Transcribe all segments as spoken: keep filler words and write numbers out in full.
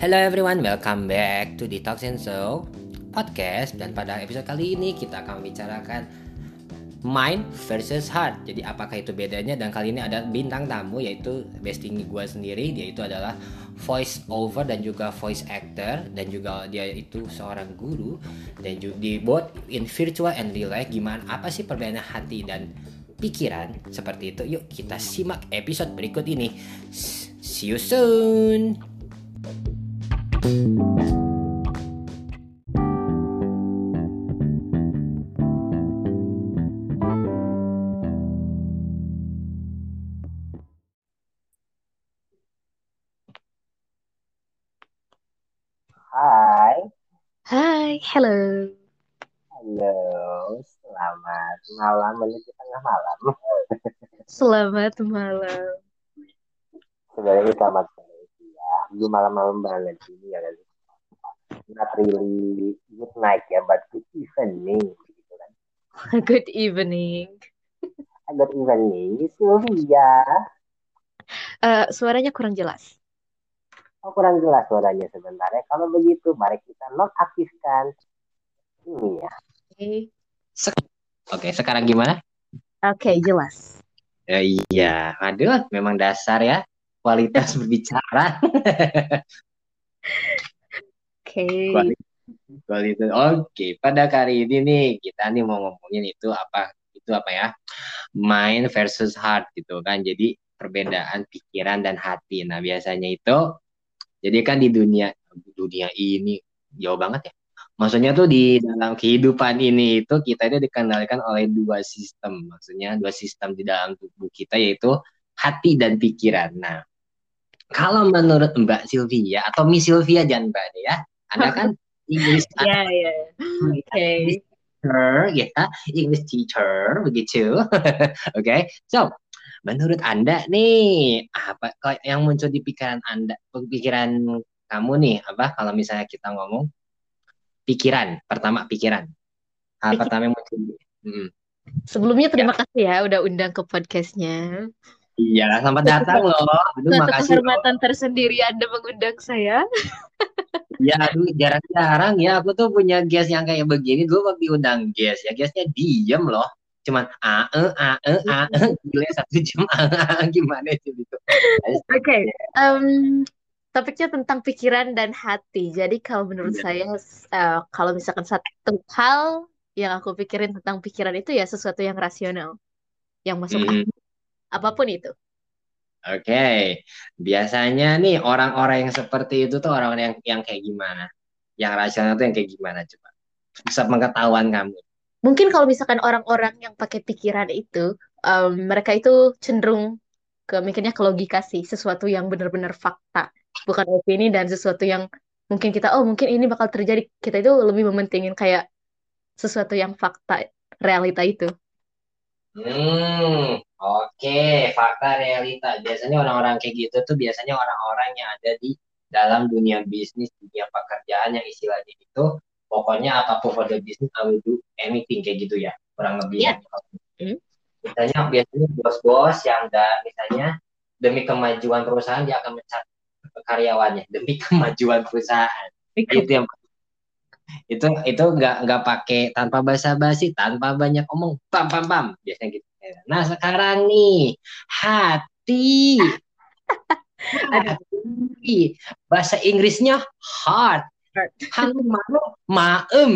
Hello everyone, welcome back to the Talks and Show podcast. Dan pada episode kali ini kita akan membicarakan mind versus heart. Jadi apakah itu bedanya? Dan kali ini ada bintang tamu yaitu bestie gue sendiri. Dia itu adalah voice over dan juga voice actor. Dan juga dia itu seorang guru. Dan juga di both in virtual and real life. Gimana, apa sih perbedaan hati dan pikiran seperti itu? Yuk kita simak episode berikut ini. See you soon. Hai, Hai, halo. halo, selamat malam menuju tengah malam. Selamat malam. Sebenarnya selamat sore ya, belum malam-malam banget ini ya kan. Not really good night ya, but good evening gitu kan. Good evening. Good evening, Sylvia. Eh, suaranya kurang jelas. Oh, kurang jelas suaranya sebentar ya. Kalau begitu, mari kita nonaktifkan ini ya. Oke, Sek- Oke, sekarang gimana? Oke, jelas. Ya, iya, aduh, memang dasar ya kualitas berbicara. Oke. Kualitas, kualitas. Oke, pada kali ini nih kita nih mau ngomongin itu apa? Itu apa ya? Mind versus heart gitu kan. Jadi perbedaan pikiran dan hati. Nah, biasanya itu, jadi kan di dunia dunia ini jauh banget ya. Maksudnya tuh di dalam kehidupan ini itu kita ini dikendalikan oleh dua sistem. Maksudnya dua sistem di dalam tubuh kita yaitu hati dan pikiran. Nah, kalau menurut Mbak Sylvia atau Miss Sylvia jangan Mbak deh ya. Anda kan English Ya, ya. English Oke. teacher ya, English teacher begitu. Oke. Okay? So, menurut Anda nih apa kok yang muncul di pikiran Anda, pikiran kamu nih apa kalau misalnya kita ngomong pikiran, pertama pikiran. Hal Pik- pertama yang muncul. Hmm, Sebelumnya ya. terima kasih ya udah undang ke podcastnya. Iya, selamat Suatu, datang loh. Aduh, suatu makasih loh. kehormatan tersendiri Anda mengundang saya. Ya, aduh, jarang-jarang ya aku tuh punya guest yang kayak begini. Gue waktu diundang guest ya, guestnya diem loh. Cuman ae ae ae gila satu jam ae gimana sih itu. Oke, em, topiknya tentang pikiran dan hati. Jadi kalau menurut Iya. saya, eh, kalau misalkan satu hal yang aku pikirin tentang pikiran itu ya sesuatu yang rasional, yang masuk Mhm. akal, apapun itu. Oke, biasanya nih orang-orang yang seperti itu tuh orang-orang yang yang kayak gimana? Yang rasional tuh yang kayak gimana coba? Bisa pengetahuan kamu. Mungkin kalau misalkan orang-orang yang pakai pikiran itu, em, mereka itu cenderung ke mikirnya ke logika sih, sesuatu yang benar-benar fakta, bukan opini dan sesuatu yang mungkin kita, oh mungkin ini bakal terjadi. Kita itu lebih mementingin kayak sesuatu yang fakta, realita itu. Hmm, oke, fakta realita. Biasanya orang-orang kayak gitu tuh biasanya orang-orang yang ada di dalam dunia bisnis, dunia pekerjaan yang istilahnya itu pokoknya apapun for the business, I will do anything kayak gitu ya, kurang lebih ya. Ya. Hmm? Misalnya biasanya bos-bos yang udah misalnya demi kemajuan perusahaan dia akan mencat karyawannya demi kemajuan perusahaan. Itu yang itu itu nggak nggak pakai tanpa basa-basi tanpa banyak omong pam pam pam biasanya gitu. Nah sekarang nih hati Aduh. hati bahasa Inggrisnya heart, halo malu maem.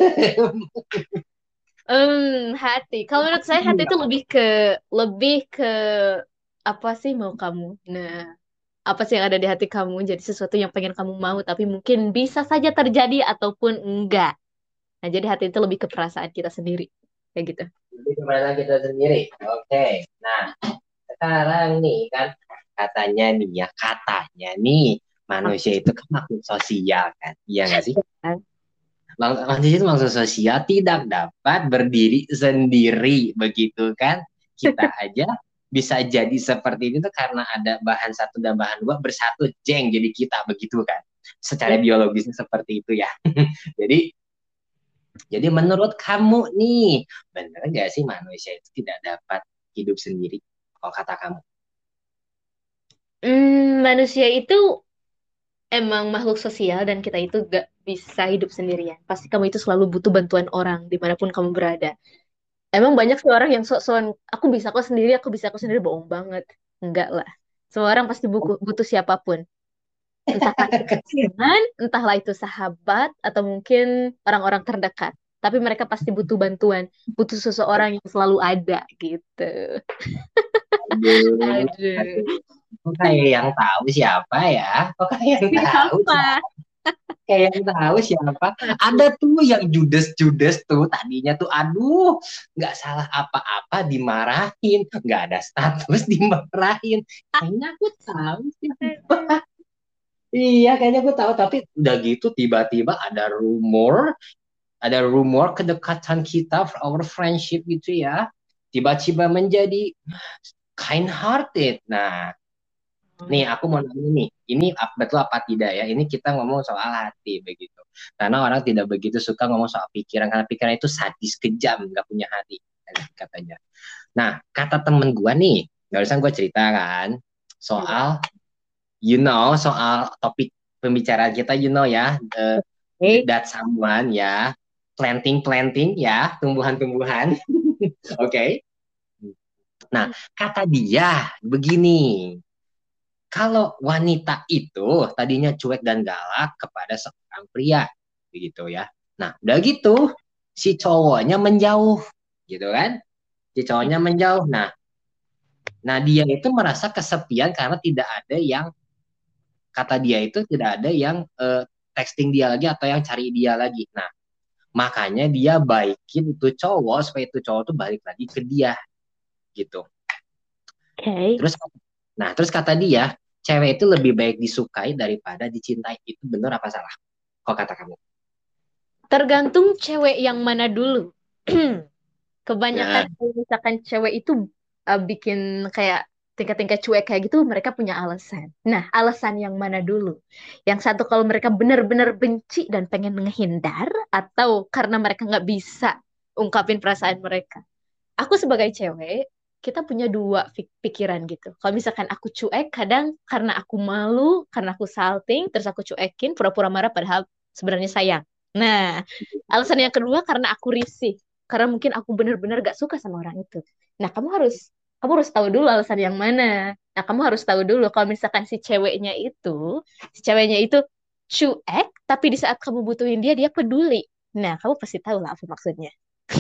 Hmm, hati. Kalau menurut saya hati itu lebih ke lebih ke apa sih mau kamu? Nah, apa sih yang ada di hati kamu jadi sesuatu yang pengen kamu mau tapi mungkin bisa saja terjadi ataupun enggak. Nah, jadi hati itu lebih ke perasaan kita sendiri. Kayak gitu. Jadi kepada kita sendiri. Oke, nah sekarang nih kan katanya nih ya katanya nih manusia itu kan makhluk sosial kan, iya nggak sih? Kan? Mak- Manusia itu makhluk sosial tidak dapat berdiri sendiri begitu kan? Kita aja bisa jadi seperti ini tuh karena ada bahan satu dan bahan dua bersatu jeng jadi kita begitu kan? Secara Iya. biologisnya seperti itu ya. Jadi jadi menurut kamu nih benar nggak sih manusia itu tidak dapat hidup sendiri? Kalau kata kamu. Hmm, manusia itu emang makhluk sosial dan kita itu gak bisa hidup sendirian. Pasti kamu itu selalu butuh bantuan orang dimanapun kamu berada. Emang banyak sih orang yang sok-sokan, aku bisa kok sendiri, aku bisa kok sendiri, bohong banget. Enggak lah. Semua orang pasti buku, butuh siapapun. Entahlah itu teman, entahlah itu sahabat, atau mungkin orang-orang terdekat. Tapi mereka pasti butuh bantuan, butuh seseorang yang selalu ada gitu. Aduh, Aduh. aduh. Kok kayak yang tahu siapa ya? Kok kayak yang tahu Siapa? siapa? Kayak yang tahu siapa? Ada tuh yang judes-judes tuh tadinya tuh, aduh, nggak salah apa-apa dimarahin, nggak ada status dimarahin. Kayaknya aku tahu siapa. Iya, kayaknya aku tahu. Tapi udah gitu tiba-tiba ada rumor, ada rumor kedekatan kita, our friendship gitu ya, tiba-tiba menjadi kind hearted. Nah, nih aku mau nanya nih, ini ap- betul apa tidak ya? Ini kita ngomong soal hati begitu. Karena orang tidak begitu suka ngomong soal pikiran, karena pikiran itu sadis, kejam, nggak punya hati katanya. Nah, kata temen gua nih, barusan gua cerita kan soal, you know, soal topik pembicaraan kita, you know ya, the, Oke. that someone ya, planting planting ya, tumbuhan-tumbuhan. Oke. Okay? Nah, kata dia begini, kalau wanita itu tadinya cuek dan galak kepada seorang pria, begitu ya. Nah, udah gitu, si cowoknya menjauh, gitu kan? Si cowoknya menjauh. Nah, nah dia itu merasa kesepian karena tidak ada yang, kata dia itu tidak ada yang eh, texting dia lagi atau yang cari dia lagi. Nah, makanya dia baikin itu cowok supaya itu cowok tuh balik lagi ke dia, gitu. Oke. Terus, nah terus kata dia, cewek itu lebih baik disukai daripada dicintai. Itu benar apa salah? Kok kata kamu? Tergantung cewek yang mana dulu. Kebanyakan Nah, kalau misalkan cewek itu uh, bikin kayak tingkat-tingkat cuek kayak gitu, mereka punya alasan. Nah, alasan yang mana dulu? Yang satu kalau mereka benar-benar benci dan pengen menghindar, atau karena mereka nggak bisa ungkapin perasaan mereka. Aku sebagai cewek, kita punya dua fik- pikiran gitu. Kalau misalkan aku cuek, kadang karena aku malu, karena aku salting, terus aku cuekin, pura-pura marah padahal sebenarnya sayang. Nah, alasan yang kedua karena aku risih. Karena mungkin aku benar-benar gak suka sama orang itu. Nah, kamu harus kamu harus tahu dulu alasan yang mana. Nah, kamu harus tahu dulu kalau misalkan si ceweknya itu, si ceweknya itu cuek, tapi di saat kamu butuhin dia, dia peduli. Nah, kamu pasti tahu lah apa maksudnya.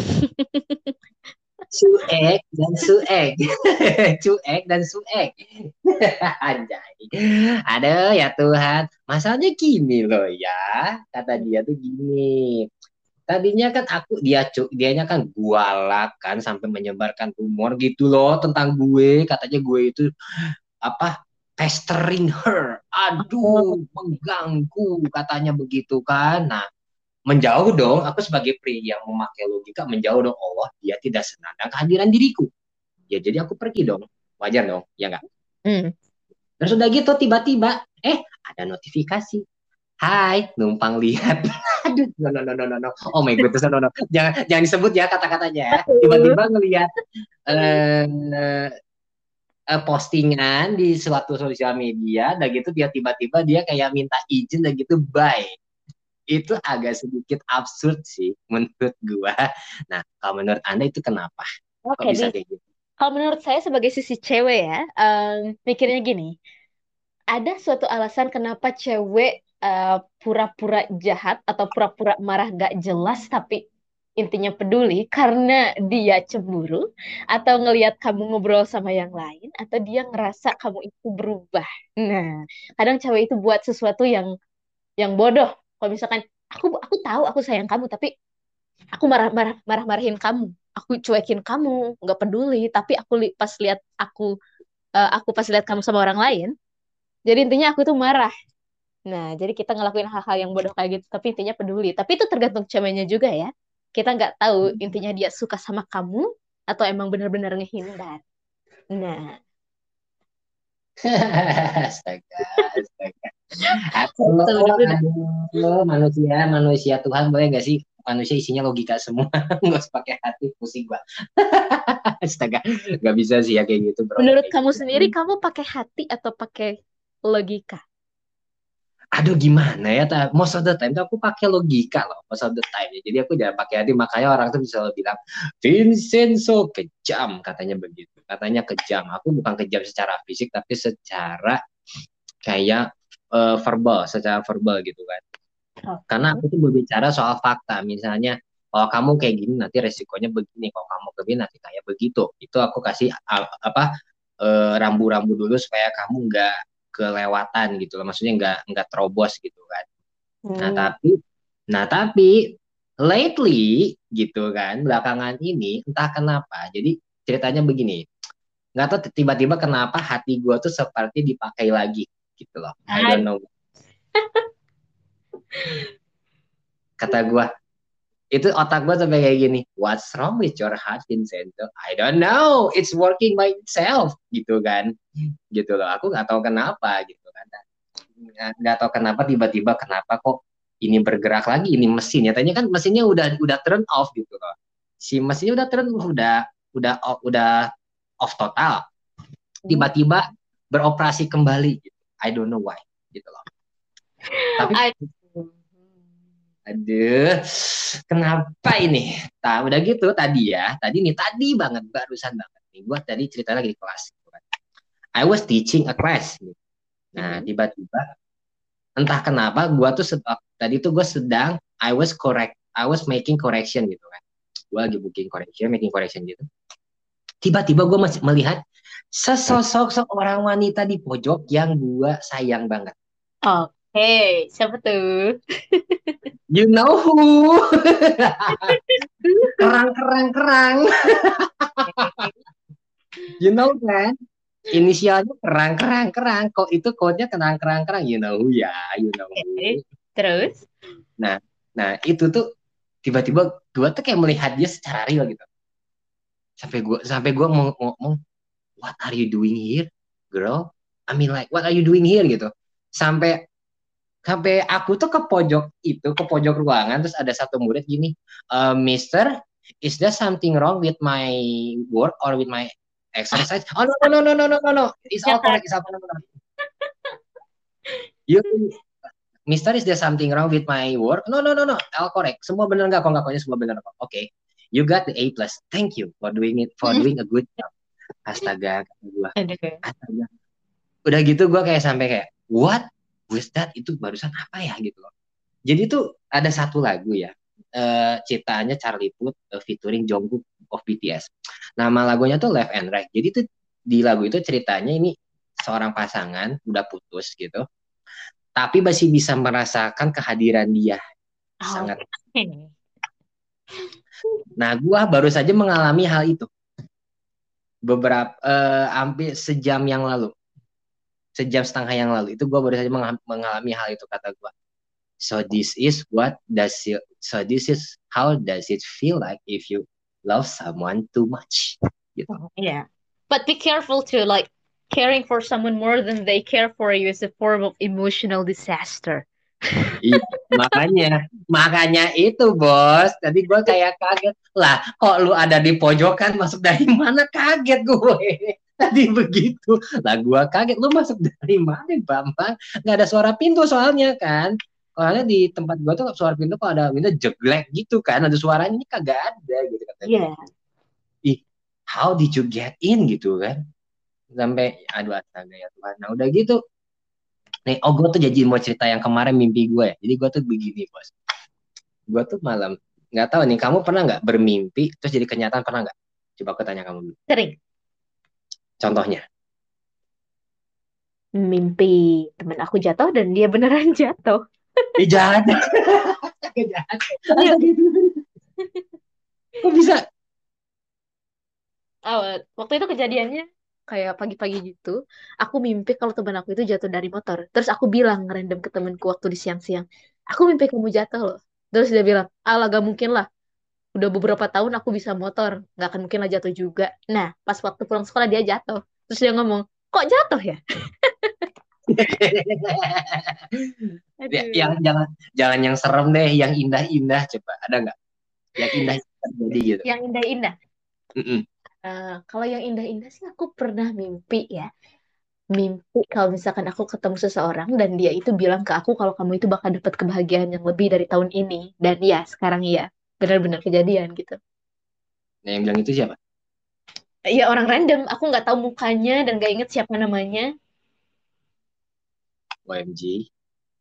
suek dan suek. Cuek dan suek. Anjay. Ada ya Tuhan. Masalahnya gini loh ya. Kata dia tuh gini. Tadinya kan aku, dia cu, dianya kan gualak kan sampai menyebarkan rumor gitu loh tentang gue. Katanya gue itu apa, pestering her. Oh, Aduh, mengganggu katanya begitu kan. Nah, menjauh dong. Aku sebagai pria yang memakai logika menjauh dong. Oh, dia tidak senang dengan kehadiran diriku. Ya jadi aku pergi dong. Wajar dong, ya nggak? hmm. Terus udah gitu tiba-tiba, eh ada notifikasi. Hai, numpang lihat. Aduh, no, no, no, no, no, no. Oh my goodness, no, no, no. Jangan, jangan disebut ya kata-katanya ya. Aduh. Tiba-tiba ngelihat eh, eh, postingan di suatu sosial media, dan gitu dia tiba-tiba dia kayak minta izin dan gitu, bye. Itu agak sedikit absurd sih menurut gua. Nah, kalau menurut Anda itu kenapa? Kok Oke, di bisa kayak gitu? kalau menurut saya sebagai sisi cewek ya, em, mikirnya gini, ada suatu alasan kenapa cewek eh, pura-pura jahat atau pura-pura marah gak jelas tapi intinya peduli karena dia cemburu atau ngelihat kamu ngobrol sama yang lain atau dia ngerasa kamu itu berubah. Nah, kadang cewek itu buat sesuatu yang yang bodoh. Kalau misalkan aku aku tahu aku sayang kamu tapi aku marah-marah marah-marahin kamu, aku cuekin kamu, nggak peduli, tapi aku li- pas lihat aku eh, aku pas lihat kamu sama orang lain, jadi intinya aku tuh marah. Nah, jadi kita ngelakuin hal-hal yang bodoh kayak gitu, tapi intinya peduli. Tapi itu tergantung ceweknya juga ya. Kita nggak tahu intinya dia suka sama kamu atau emang benar-benar ngehindar. Nah, Astaga, astaga. Atau tahu dulu dah. aduh, manusia, manusia Tuhan boleh nggak sih? Manusia isinya logika semua, nggak usah pakai hati, pusing gua. Astaga, nggak bisa sih ya kayak gitu, bro, ya Menurut kayak kamu gitu. sendiri, kamu pakai hati atau pakai logika? aduh gimana ya, most of the time tuh aku pakai logika loh, most of the time ya. Jadi aku jangan pakai hati, makanya orang tuh bisa bilang Vincenzo kejam, katanya begitu, katanya kejam. Aku bukan kejam secara fisik tapi secara kayak uh, verbal, secara verbal gitu kan. Karena aku tuh berbicara soal fakta, misalnya kalau kamu kayak gini nanti resikonya begini, kalau kamu begini nanti kayak begitu. Itu aku kasih uh, apa uh, rambu-rambu dulu supaya kamu nggak kelewatan gitu loh, maksudnya nggak nggak terobos gitu kan. Nah Hmm. tapi, nah tapi lately gitu kan, belakangan ini entah kenapa, jadi ceritanya begini, nggak tahu tiba-tiba kenapa hati gue tuh seperti dipakai lagi gitu loh, I don't know. Kata gue, itu otak gue sampai kayak gini, what's wrong with your heart, Vincento? I don't know, it's working by itself gitu kan, gitu loh. Aku nggak tahu kenapa gitu kan, nggak, nggak tahu kenapa tiba-tiba kenapa kok ini bergerak lagi, ini mesin. Nyatanya kan mesinnya udah udah turn off gitu loh, si mesinnya udah turn udah udah udah off total, tiba-tiba beroperasi kembali gitu. I don't know why gitu loh. Tapi I... aduh, kenapa ini? Nah, udah gitu tadi ya, tadi nih, tadi banget, barusan banget nih. Gue tadi cerita lagi di kelas. I was teaching a class. Nah, tiba-tiba, entah kenapa, gue tuh sedang, tadi tuh gue sedang, I was correct, I was making correction gitu kan. Gue lagi booking correction, making correction gitu. Tiba-tiba gue masih melihat sesosok seorang wanita di pojok yang gue sayang banget. Oke, okay. Siapa tuh? You know who? Kerang, kerang, kerang. You know kan? Inisialnya kerang, kerang, kerang. Kok itu kodenya kerang, kerang, kerang. You know who ya, you know who. Terus? Nah, nah itu tuh tiba-tiba gue tuh kayak melihat dia secara real gitu. Sampai gue, sampai gue mau ngomong, what are you doing here, girl? I mean like, what are you doing here gitu. Sampai sampai aku tuh ke pojok itu, ke pojok ruangan, terus ada satu murid gini, uh, Mister, is there something wrong with my work or with my exercise? Oh no no no no no no no, it's all correct, it's all correct. You, Mister, is there something wrong with my work? No no no no, all correct. Semua benar nggak? Kok nggak koknya semua benar kok? Oke, okay. You got the A plus. Thank you for doing it, for doing a good job. Astaga, gua. Astaga. Udah gitu gue kayak sampai kayak, what was that? Itu barusan apa ya gitu loh. Jadi tuh ada satu lagu ya, uh, ciptaannya Charlie Puth uh, featuring Jungkook of B T S. Nama lagunya tuh Left and Right. Jadi tuh di lagu itu ceritanya ini seorang pasangan udah putus gitu, tapi masih bisa merasakan kehadiran dia. Oh. Sangat. Nah, gue baru saja mengalami hal itu beberapa uh, hampir sejam yang lalu, sejam setengah yang lalu itu gue baru saja mengalami hal itu, kata gue. So this is what does it, so this is how does it feel like if you love someone too much. Gitu. Oh, yeah. But be careful too, like caring for someone more than they care for you is a form of emotional disaster. Iya, makanya, makanya itu bos. Tadi gue kayak kaget lah, kok lu ada di pojokan, masuk dari mana? Kaget gue. Tadi begitu, lah gue kaget, lu masuk dari mana, Bambang? Nggak ada suara pintu soalnya kan. Soalnya di tempat gue tuh suara pintu kalau ada pintu jeglek gitu kan, ada suaranya, ini kagak ada gitu katanya. Iya. Yeah. Ih, how did you get in gitu kan? Sampai aduh astaga ya Tuhan. Nah udah gitu. Nih, oh gue tuh jadi mau cerita yang kemarin mimpi gue ya. Jadi gue tuh begini bos. Gue tuh malam nggak tahu nih, kamu pernah nggak bermimpi terus jadi kenyataan, pernah nggak? Coba aku tanya kamu dulu. Sering. Contohnya? Mimpi temen aku jatuh dan dia beneran jatuh. Eh jahat. Jahat. Kok bisa? Oh, waktu itu kejadiannya kayak pagi-pagi gitu. Aku mimpi kalau temen aku itu jatuh dari motor. Terus aku bilang random ke temenku waktu di siang-siang, aku mimpi kamu jatuh loh. Terus dia bilang, alah gak mungkin lah. Udah beberapa tahun aku bisa motor, gak akan mungkin lah jatuh juga. Nah, pas waktu pulang sekolah dia jatuh. Terus dia ngomong, kok jatuh ya? Ya, yang jangan jangan yang serem deh, yang indah-indah, coba ada nggak? Yang indah terjadi gitu. Yang indah-indah. Mm-mm. Uh, kalau yang indah-indah sih aku pernah mimpi ya. mimpi kalau misalkan aku ketemu seseorang dan dia itu bilang ke aku kalau kamu itu bakal dapat kebahagiaan yang lebih dari tahun ini. Dan ya, sekarang iya, benar-benar kejadian gitu. Nah, yang bilang itu siapa? Ya orang random, aku nggak tahu mukanya dan nggak inget siapa namanya. O M G.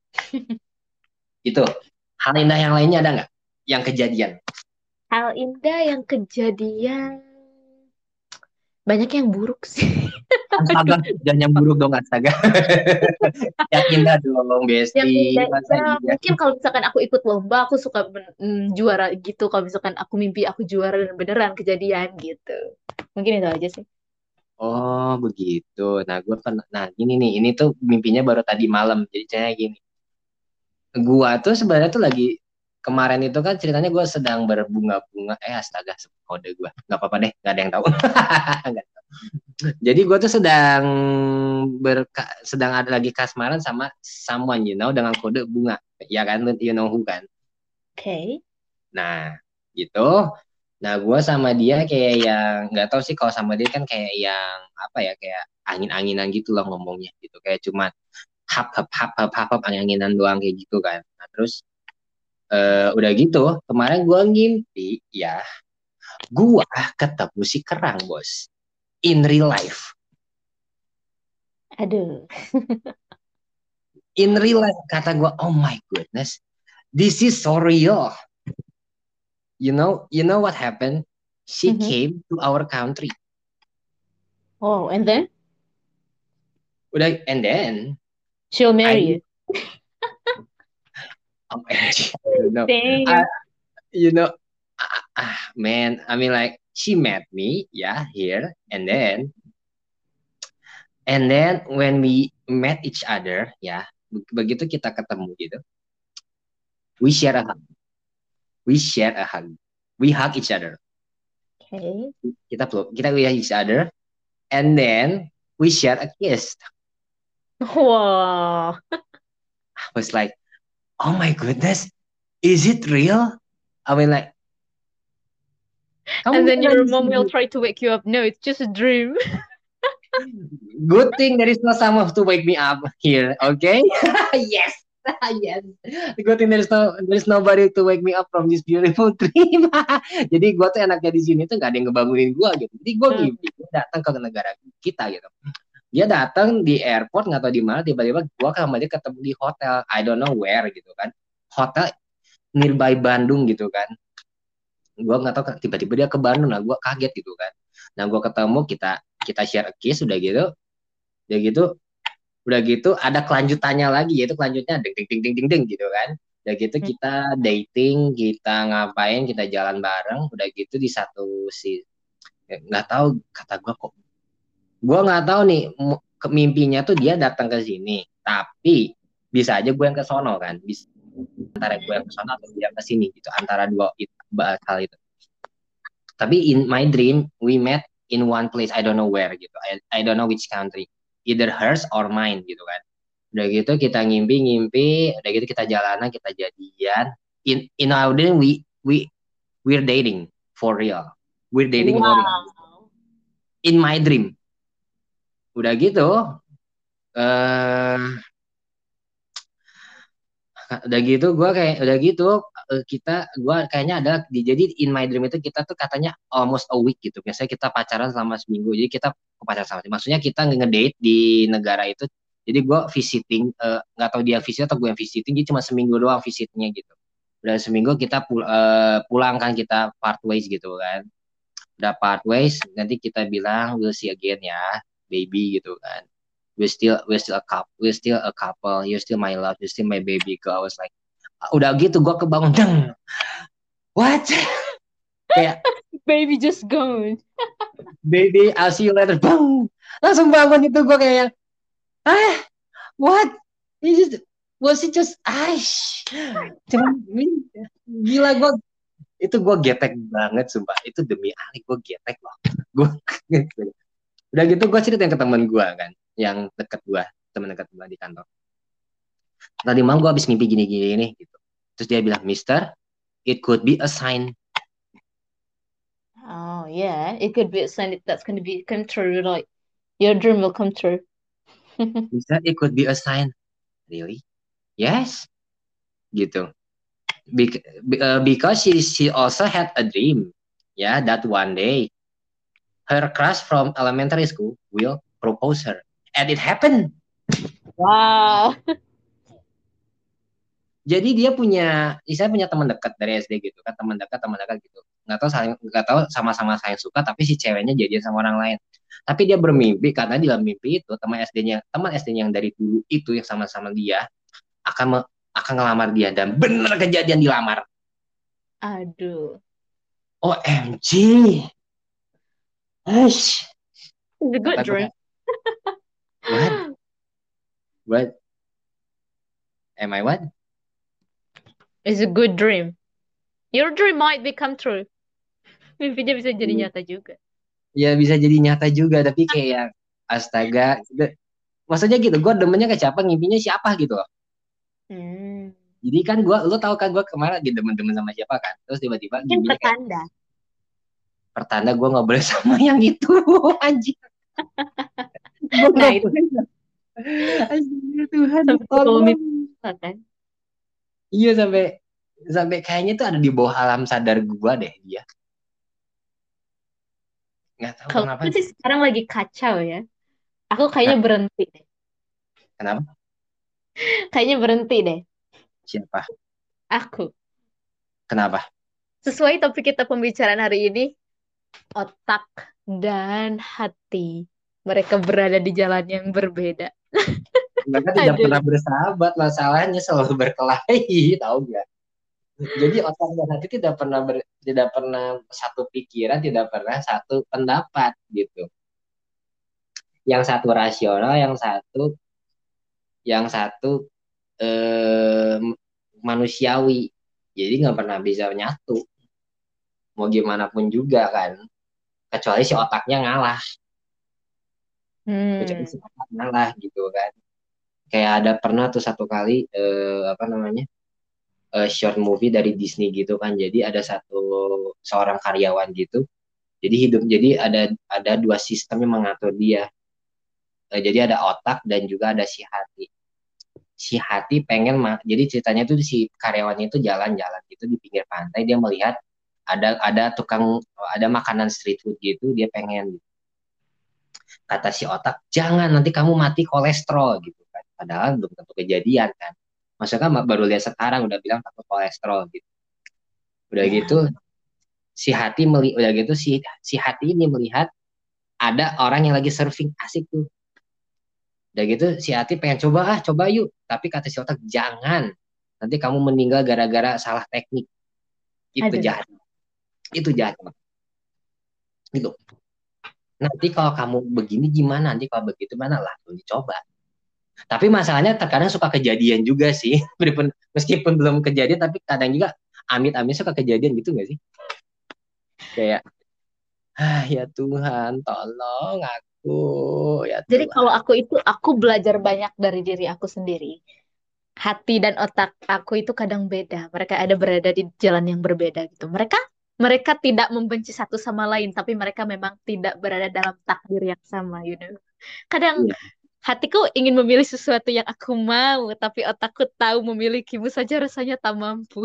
Itu. Hal indah yang lainnya ada nggak? Yang kejadian. Hal indah yang kejadian, banyak yang buruk sih. Astaga, Aduh, jangan yang buruk dong, astaga. Yang indah dong, yang Besti. Masa indah-indah iya? mungkin kalau misalkan aku ikut lomba, aku suka men- mm, juara gitu. Kalau misalkan aku mimpi aku juara dan beneran kejadian gitu. Mungkin itu aja sih. Oh, begitu. Nah, gue pernah. Nah, ini nih. Ini tuh mimpinya baru tadi malam. Jadi ceritanya gini. Gua tuh sebenarnya tuh lagi kemarin itu kan ceritanya gue sedang berbunga-bunga. Eh, astaga, sebut kode gue. Nggak apa-apa deh, nggak ada yang tahu. Nggak. Jadi gue tuh sedang berka sedang ada lagi kasmaran sama someone, you know, dengan kode bunga. Ya kan, you know who kan. Oke. Nah, gitu. Nah, gue sama dia kayak yang nggak tahu sih kalau sama dia kan kayak yang apa ya, kayak angin-anginan gitu loh ngomongnya gitu. Kayak cuma hap hap hap hap hap, hap angin-anginan doang kayak gitu kan. Nah, terus eh, udah gitu kemarin gue ngimpi ya, gue ketemu si kerang bos in real life. Aduh. In real life kata gue, oh my goodness, this is so real. You know, you know what happened? She Mhm. came to our country. Oh, and then Udah, and then she'll marry I, you. O M G, I don't know. I, Damn. you know, ah, ah, man, I mean like she met me, yeah, here, and then, and then when we met each other, ya, begitu kita ketemu gitu, we share a hug, we share a hug, we hug each other, Okay. kita peluk, kita we hug each other, and then we share a kiss. Wow. I was like, oh my goodness, is it real? I mean like, kamu And then pernah your di mom will sini? try to wake you up. No, it's just a dream. Good thing there is no someone to wake me up here, okay? Yes, yes. Good thing there is no there is nobody to wake me up from this beautiful dream. Jadi gue tuh enaknya di sini tuh gak ada yang ngebangunin gue gitu. Jadi gue Hmm. ngimpi gue datang ke negara kita gitu. Dia datang di airport nggak tahu di mana, tiba-tiba gue sama dia ketemu di hotel, I don't know where gitu kan. Hotel nearby Bandung gitu kan. Gue nggak tahu tiba-tiba dia ke Bandung, nah gue kaget gitu kan. Nah gue ketemu, kita kita share a kiss udah gitu, udah gitu udah gitu ada kelanjutannya lagi, yaitu kelanjutnya ding ding ding ding ding ding gitu kan. Udah gitu kita dating, kita ngapain, kita jalan bareng, udah gitu di satu si nggak tahu, kata gue kok gue nggak tahu nih mu- ke- mimpinya tuh dia datang ke sini, tapi bisa aja gue yang ke sono kan, bisa antara gue yang ke sono atau dia ke sini gitu, antara dua itu, hal itu. Tapi in my dream we met in one place, I don't know where gitu, I, I don't know which country, either hers or mine gitu kan. Udah gitu kita ngimpi-ngimpi, udah gitu kita jalanan, kita jadian. In in our dream we we we're dating for real. We're dating for real. Wow. In my dream. Udah gitu, eh udah gitu gue kayak udah gitu eh, kita gue kayaknya ada di, jadi in my dream itu kita tuh katanya almost a week gitu. Biasanya kita pacaran selama seminggu. Jadi kita pacaran sama, maksudnya kita ngedate di negara itu. Jadi gue visiting, eh, nggak tahu dia visit atau gue yang visiting. Jadi cuma seminggu doang visitnya gitu. Udah seminggu kita pul eh, pulang kan, kita part ways gitu kan. Udah part ways, nanti kita bilang we'll see again ya, baby gitu kan. We still we still a couple, we still a couple. You're still my love, you're still my baby girl. I was like, udah gitu gue kebangun, deng, what? Kayak Baby just gone. baby I'll see you later, bang, langsung bangun itu gue kayak yang, ah, what? It just was it just ash, cuman gila gue, itu gue getek banget sumpah, itu demi Ali gue getek loh. Gue udah gitu gue ceritain ke temen gue kan, yang deket gue, temen deket gue di kantor, tadi malam gue habis mimpi gini-gini nih gitu. Terus dia bilang, Mister, it could be a sign. Oh yeah, it could be a sign that that's going to be come true. Like your dream will come true. Bisa, it could be a sign. Really? Yes, gitu. Bec- be- uh, because she she also had a dream, yeah, that one day her crush from elementary school will propose her, and it happened. Wow. Jadi dia punya, saya punya teman dekat dari S D gitu kan, teman dekat teman dekat gitu. Nggak tahu saling, nggak tahu sama-sama saling suka, tapi si ceweknya jadian sama orang lain. Tapi dia bermimpi karena di dalam mimpi itu teman S D-nya, teman S D-nya yang dari dulu itu yang sama-sama dia akan me- akan ngelamar dia dan bener kejadian dilamar. Aduh. O M G. Hush. It's a good Kata gue, dream. what? What? Am I what? It's a good dream. Your dream might become true. Mimpinya bisa jadi nyata juga. Ya bisa jadi nyata juga, tapi kayak astaga. Maksudnya gitu, gue demennya ke siapa, ngimpinya siapa gitu loh. Hmm. Jadi kan gue, lo tau kan gue kemarin lagi demen-demen sama siapa kan. Terus tiba-tiba Mungkin ngimpinya kayak, pertanda. pertanda gue gak boleh sama yang itu. Anjir. Gue Nah, gak itu boleh. Astaga Tuhan, sampai ke bawah tolong. mimpi kan. Iya sampai, sampai kayaknya tuh ada di bawah alam sadar gue deh dia. Gak tahu Kalau kenapa. aku sih sekarang lagi kacau ya. Aku kayaknya Nah, berhenti deh. kenapa? Kayaknya berhenti deh. Siapa? Aku. Kenapa? Sesuai topik kita pembicaraan hari ini, otak dan hati. Mereka berada di jalan yang berbeda. Mereka tidak Aduh. pernah bersahabat, masalahnya selalu berkelahi, tahu gak? Jadi otak dan hati tidak pernah ber, tidak pernah satu pikiran, tidak pernah satu pendapat gitu. Yang satu rasional, yang satu yang satu eh, manusiawi. Jadi nggak pernah bisa nyatu. Mau gimana pun juga kan. Kecuali si otaknya ngalah. Kecuali si Hmm. otak ngalah gitu kan. Kayak ada pernah tuh satu kali eh, apa namanya? Eh, short movie dari Disney gitu kan. Jadi ada satu seorang karyawan gitu. Jadi hidup jadi ada ada dua sistem yang mengatur dia. Eh, jadi ada otak dan juga ada si hati. Si hati pengen jadi ceritanya tuh si karyawannya itu jalan-jalan gitu di pinggir pantai, dia melihat ada ada tukang ada makanan street food gitu, dia pengen, kata si otak jangan nanti kamu mati kolesterol gitu kan, padahal belum tentu kejadian kan, maksudnya kan baru lihat sekarang udah bilang takut kolesterol gitu. Udah Ya. gitu si hati meli udah gitu si si hati ini melihat ada orang yang lagi surfing asik tuh. Udah gitu si hati pengen coba, ah coba yuk, tapi kata si otak jangan, nanti kamu meninggal gara-gara salah teknik. Itu Aduh. jahat, itu jahat gitu. Nanti kalau kamu begini gimana, nanti kalau begitu mana lah tuh dicoba. Tapi masalahnya terkadang suka kejadian juga sih. Meskipun meskipun belum kejadian tapi kadang juga amit-amit suka kejadian gitu nggak sih? Kayak ah ya Tuhan tolong aku, ya Jadi kalau Tuhan. aku itu, aku belajar banyak dari diri aku sendiri. Hati dan otak aku itu kadang beda. Mereka ada berada di jalan yang berbeda gitu. Mereka mereka tidak membenci satu sama lain, tapi mereka memang tidak berada dalam takdir yang sama, you know. Kadang Iya. hatiku ingin memilih sesuatu yang aku mau, tapi otakku tahu memilikimu saja rasanya tak mampu,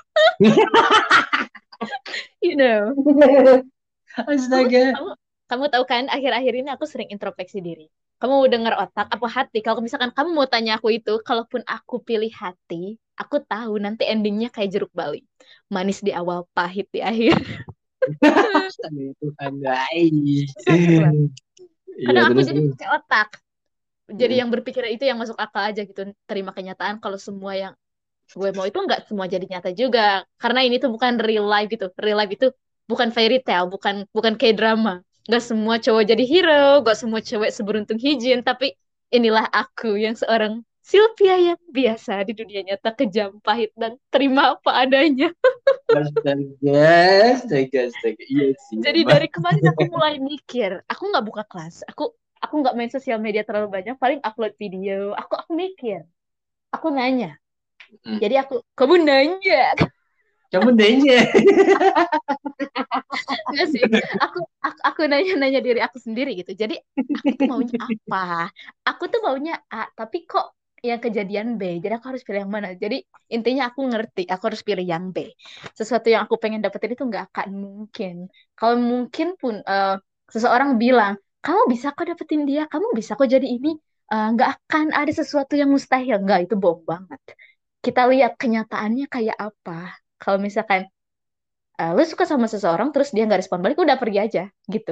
you know. Kamu, Astaga. kamu, kamu tahu kan, akhir-akhir ini aku sering introspeksi diri. Kamu mau dengar otak apa hati? Kalau misalkan kamu mau tanya aku itu, kalaupun aku pilih hati, aku tahu nanti endingnya kayak jeruk bali. Manis di awal, pahit di akhir. Astaga ya Tuhan. Ay. Susah lah. Iya Kadang aku terus jadi terus. pakai otak. Jadi yang berpikir itu yang masuk akal aja gitu. Terima kenyataan kalau semua yang gue mau itu nggak semua jadi nyata juga. Karena ini tuh bukan real life gitu. Real life itu bukan fairy tale, bukan bukan kayak drama. Nggak semua cowok jadi hero, nggak semua cewek seberuntung Hijin, tapi inilah aku yang seorang Sylvia yang biasa di dunia nyata, kejam, pahit, dan terima apa adanya. Astaga, astaga, astaga. Iya sih Jadi emang. dari kemarin aku mulai mikir, aku nggak buka kelas, aku aku nggak main sosial media terlalu banyak, paling upload video. Aku aku mikir, aku nanya. Hmm. Jadi aku, kamu nanya, Kamu danger. Enggak sih. Aku aku, aku nanya-nanya diri aku sendiri gitu. Jadi aku tuh maunya apa? Aku tuh maunya A, tapi kok yang kejadian B. Jadi aku harus pilih yang mana? Jadi intinya aku ngerti, aku harus pilih yang B. Sesuatu yang aku pengen dapetin itu nggak akan mungkin. Kalau mungkin pun eh, seseorang bilang, kamu bisa kok dapetin dia, kamu bisa kok jadi ini. Eh, nggak akan ada sesuatu yang mustahil. Nggak, itu bohong banget. Kita lihat kenyataannya kayak apa. Kalau misalkan eh, lu suka sama seseorang terus dia nggak respon balik, udah pergi aja gitu.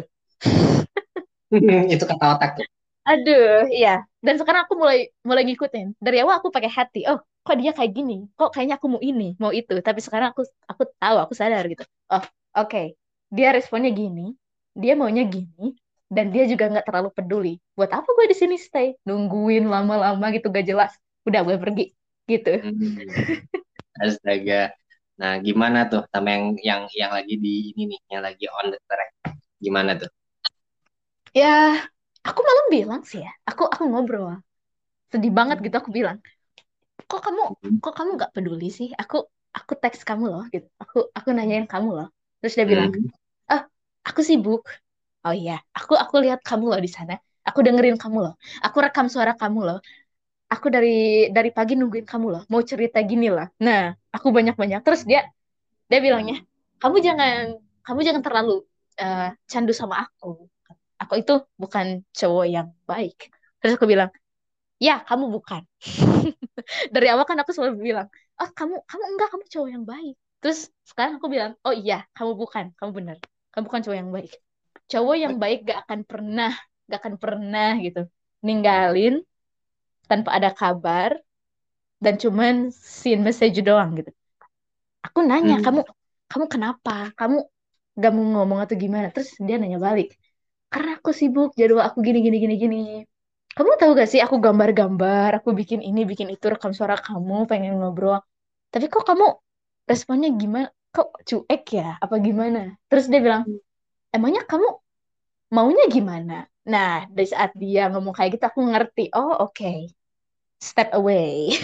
Itu kata otak tuh. Aduh, iya. Dan sekarang aku mulai mulai ngikutin. Dari awal aku pakai hati. Oh, kok dia kayak gini? Kok kayaknya aku mau ini, mau itu. Tapi sekarang aku aku tahu, aku sadar gitu. Oh, oke. Dia responnya gini, dia maunya gini, dan dia juga nggak terlalu peduli. Buat apa gue di sini stay? Nungguin lama-lama gitu gak jelas. Udah gue pergi gitu. Hmm, astaga. Nah, gimana tuh sama yang yang yang lagi di ini nih, yang lagi on the track. Gimana tuh? Ya, aku malah bilang sih ya. Aku aku ngobrol. Sedih banget Hmm. gitu aku bilang. Kok kamu kok kamu nggak peduli sih? Aku aku teks kamu loh gitu. Aku aku nanyain kamu loh. Terus dia bilang, Hmm. "Ah, aku sibuk." Oh iya, aku aku lihat kamu loh di sana. Aku dengerin kamu loh. Aku rekam suara kamu loh. Aku dari dari pagi nungguin kamu loh. Mau cerita gini lah. Nah, aku banyak-banyak. Terus dia dia bilangnya, "Kamu jangan kamu jangan terlalu eh, candu sama aku. Aku itu bukan cowok yang baik." Terus aku bilang, "Ya, kamu bukan." Dari awal kan aku selalu bilang, oh kamu kamu enggak, kamu cowok yang baik. Terus sekarang aku bilang, oh iya kamu bukan, kamu benar, kamu bukan cowok yang baik. Cowok yang baik gak akan pernah gak akan pernah gitu ninggalin tanpa ada kabar dan cuman seen message doang gitu. Aku nanya, kamu Hmm. kamu kenapa, kamu gak mau ngomong atau gimana? Terus dia nanya balik, karena aku sibuk, jadwal aku gini gini gini gini. Kamu tahu gak sih, aku gambar-gambar, aku bikin ini bikin itu, rekam suara kamu, pengen ngobrol. Tapi kok kamu responnya gimana? Kok cuek ya? Apa gimana? Terus dia bilang, emangnya kamu maunya gimana? Nah, dari saat dia ngomong kayak gitu, aku ngerti. Oh, oke. Step away.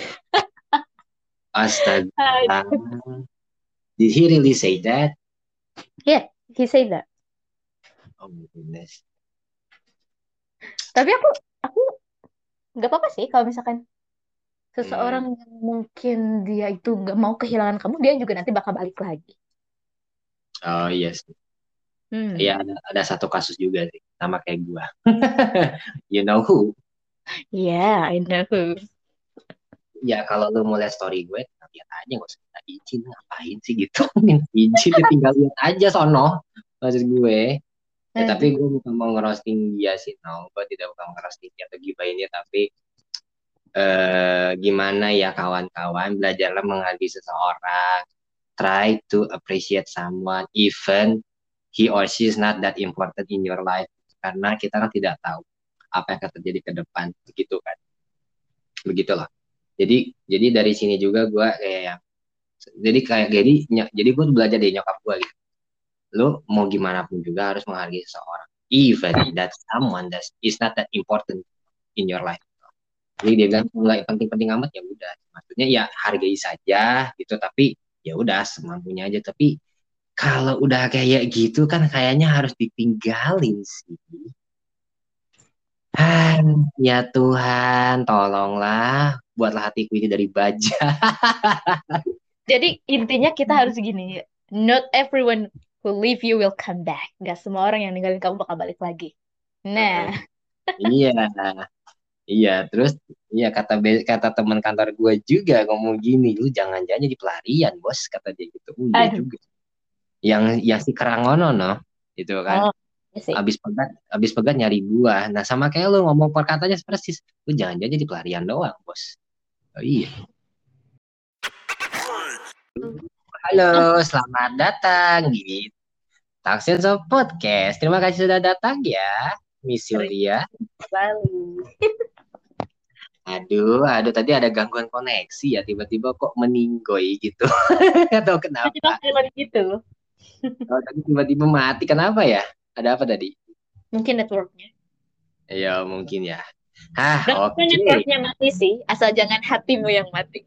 Astaga. Aduh. Did he really say that? Yeah, he said that. Oh my goodness. Tapi aku, aku nggak apa-apa sih kalau misalkan Hmm. seseorang yang mungkin dia itu nggak mau kehilangan kamu, dia juga nanti bakal balik lagi. Oh iya sih. Iya, Hmm. ada, ada satu kasus juga sih, sama kayak gua. You know who? Yeah, I know. Ya kalau lu mau lihat story gue, lihat aja, nggak usah minta izin, ngapain sih gitu. Minta izin ya tinggal lihat aja sono, maksud gue. Ya tapi Hmm. gue bukan mau ngerosting dia sih, no. Gue tidak bukan ngerosting dia atau gibahin dia, tapi eh, gimana ya kawan-kawan, belajarlah menghargai seseorang. Try to appreciate someone, even he or she is not that important in your life. Karena kita kan tidak tahu apa yang akan terjadi ke depan, begitu kan. Begitulah. Jadi jadi dari sini juga gue kayak yang jadi kayak jadi ny- jadi gue belajar dari nyokap gue gitu. Lu mau gimana pun juga harus menghargai seseorang, even that someone that is not that important in your life. Jadi dia bilang nggak penting-penting amat, ya udah. Maksudnya ya hargai saja gitu, tapi ya udah semampunya aja. Tapi kalau udah kayak gitu kan kayaknya harus ditinggalin sih. Han, ya Tuhan, tolonglah buatlah hatiku ini dari baja. Jadi intinya kita harus gini, not everyone who leave you will come back. Gak semua orang yang ninggalin kamu bakal balik lagi. Nah, Iya, iya. Terus iya kata be- kata teman kantor gue juga ngomong gini, lu jangan jangan jadi pelarian bos, kata dia gitu. Oh iya aduh. juga. Yang yang si Kerangono no, itu kan. Oh, ya sih. Abis pegat, abis pegat nyari buah. Nah sama kayak lu ngomong perkatanya persis. Lu jangan jangan jadi pelarian doang bos. Oh iya. Ah, Halo, selamat datang di Taksenso Podcast. Terima kasih sudah datang ya, Miss sering Sylvia. sekali. Aduh, aduh tadi ada gangguan koneksi ya, tiba-tiba kok meninggoy gitu. Gak tahu Tiba-tiba kenapa. silent gitu. Oh, tadi tiba-tiba mati, kenapa ya? Ada apa tadi? Mungkin networknya. Ya mungkin ya. Hah, Dan juga oke. networknya mati sih, asal jangan hatimu yang mati.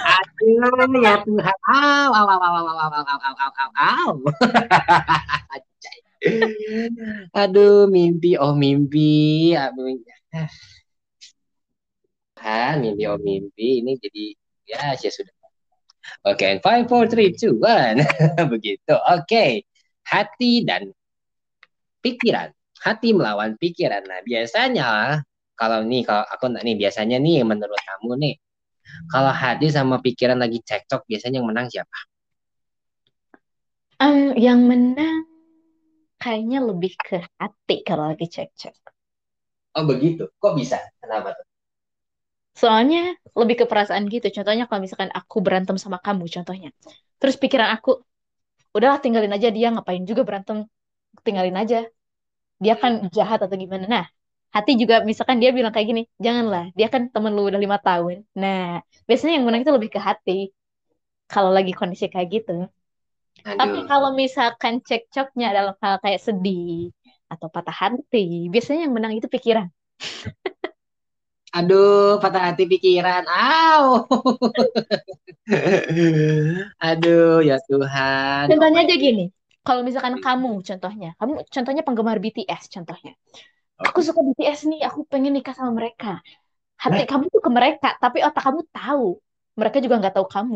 Aduh, ya Tuhan. Au, au, au, au, au, au, au, au, au, au, au, au. Aduh, mimpi, oh mimpi. Aduh, kan, mimpi, oh mimpi. Ini jadi, ya, ya sudah. Oke, okay. Five, four, three, two, one. Begitu. Oke. Okay. Hati dan pikiran. Hati melawan pikiran. Nah, biasanya, kalau nih, kalau aku nih, biasanya nih, menurut kamu nih, kalau hati sama pikiran lagi cekcok, biasanya yang menang siapa? Um, yang menang kayaknya lebih ke hati kalau lagi cek-cek. Oh begitu. Kok bisa? Kenapa tuh? Soalnya lebih ke perasaan gitu. Contohnya kalau misalkan aku berantem sama kamu, contohnya. Terus pikiran aku, udahlah tinggalin aja dia, ngapain juga berantem, tinggalin aja. Dia kan jahat atau gimana. Nah, hati juga misalkan dia bilang kayak gini, janganlah, dia kan temen lu udah lima tahun. Nah, biasanya yang menang itu lebih ke hati kalau lagi kondisi kayak gitu. Tapi Aduh. kalau misalkan cekcoknya dalam hal kayak sedih atau patah hati, biasanya yang menang itu pikiran. Aduh, patah hati pikiran. Aw. Aduh, ya Tuhan. Oh Contohnya my aja God. gini, kalau misalkan kamu contohnya, kamu contohnya penggemar B T S contohnya. Aku Oke. suka B T S nih, aku pengen nikah sama mereka. Hati Lah, kamu tuh ke mereka, tapi otak kamu tahu. Mereka juga nggak tahu kamu.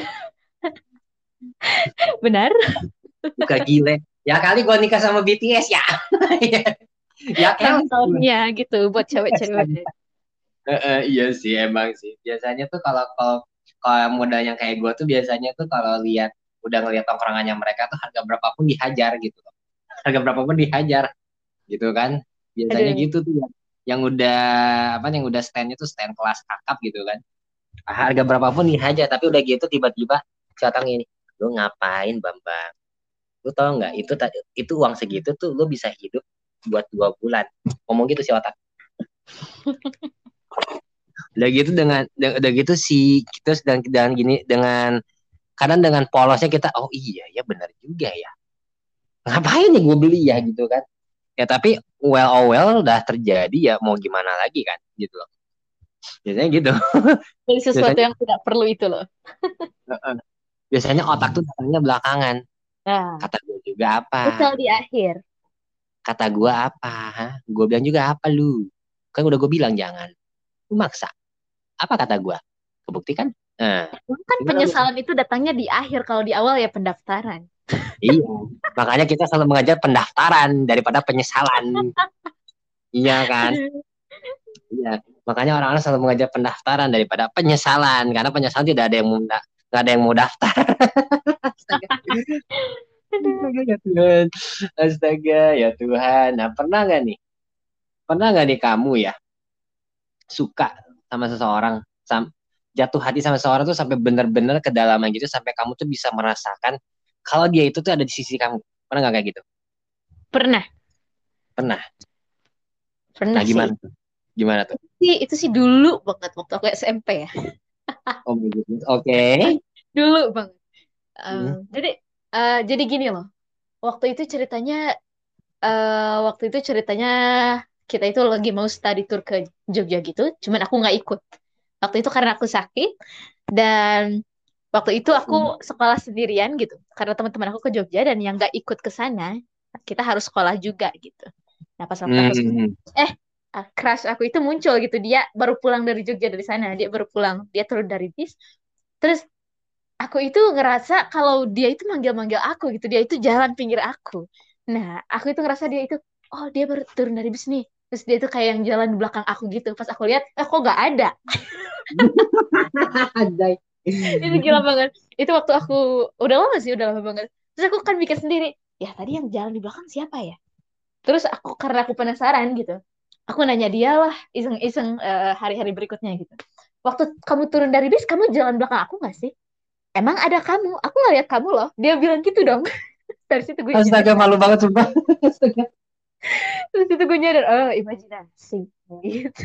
Benar? buka gile. Ya kali gua nikah sama B T S ya. Ya kali gua. Contohnya gitu buat cewek-cewek. Heeh, iya sih, emang sih. Biasanya tuh kalau kalau kalau modal yang kayak gue tuh biasanya tuh kalau lihat udah ngeliat tongkrongannya mereka tuh harga berapapun dihajar gitu. Harga berapapun dihajar gitu kan. Biasanya Aduh. gitu tuh yang, yang udah apa yang udah standnya tuh stand kelas kakap gitu kan. Harga berapapun dihajar tapi udah gitu tiba-tiba si Otang ini, lu ngapain Bambang? Lu tau nggak itu ta- itu uang segitu tuh lu bisa hidup buat dua bulan. Ngomong gitu si Otang. Udah gitu dengan udah gitu sih kita sedang dengan gini dengan kadang dengan polosnya kita oh iya ya benar juga ya ngapain ya gue beli ya gitu kan ya tapi well oh well udah terjadi ya mau gimana lagi kan gitu loh biasanya gitu Jadi sesuatu biasanya yang tidak perlu itu loh. biasanya otak tuh datangnya belakangan Nah, kata gue juga apa betul di akhir. kata gue apa gue bilang juga apa lu kan udah gue bilang jangan lu maksa apa kata gue kebuktikan nah Kan gimana lu penyesalan itu datangnya di akhir, kalau di awal ya pendaftaran. iya makanya kita selalu mengajar pendaftaran daripada penyesalan iya kan. Iya, makanya orang-orang selalu mengajar pendaftaran daripada penyesalan karena penyesalan tidak ada yang mau nggak ada yang mau daftar. Astaga. Aduh. Astaga ya Tuhan, astaga ya Tuhan. Nah pernah nggak nih, pernah nggak nih kamu ya suka sama seseorang, sam- jatuh hati sama seseorang tuh sampai bener-bener kedalaman gitu sampai kamu tuh bisa merasakan kalau dia itu tuh ada di sisi kamu. Pernah nggak kayak gitu? Pernah, Pernah. Nah pernah sih. gimana tuh? Gimana tuh? Sih, itu sih dulu banget waktu aku S M P ya. Oh my goodness. Oke. Dulu banget. Eh, Hmm. jadi eh, jadi gini loh. Waktu itu ceritanya eh, waktu itu ceritanya kita itu lagi mau study tour ke Jogja gitu, cuman aku nggak ikut. Waktu itu karena aku sakit dan waktu itu aku Hmm. sekolah sendirian gitu. Karena teman-teman aku ke Jogja dan yang nggak ikut ke sana, kita harus sekolah juga gitu. Nah, pas waktu aku Hmm. eh ah, crush aku itu muncul gitu. Dia baru pulang dari Jogja dari sana, dia baru pulang, dia turun dari bis. Terus aku itu ngerasa kalau dia itu manggil-manggil aku gitu, dia itu jalan pinggir aku. Nah, aku itu ngerasa dia itu, oh dia baru turun dari bis nih. Terus dia tuh kayak yang jalan di belakang aku gitu. Pas aku lihat, eh kok gak ada? Anjay. Itu gila banget. Itu waktu aku, udah lama sih, udah lama banget. Terus aku kan mikir sendiri, ya tadi yang jalan di belakang siapa ya? Terus aku, karena aku penasaran gitu, aku nanya dia lah, iseng-iseng eh, hari-hari berikutnya gitu. Waktu kamu turun dari bis, kamu jalan belakang aku gak sih? Emang ada kamu? Aku nggak lihat kamu loh. Dia bilang gitu dong. Dari situ gue nyadar. Astaga, malu banget sumpah. Astaga. Dari situ gue nyadar, oh imajinasi. Gitu.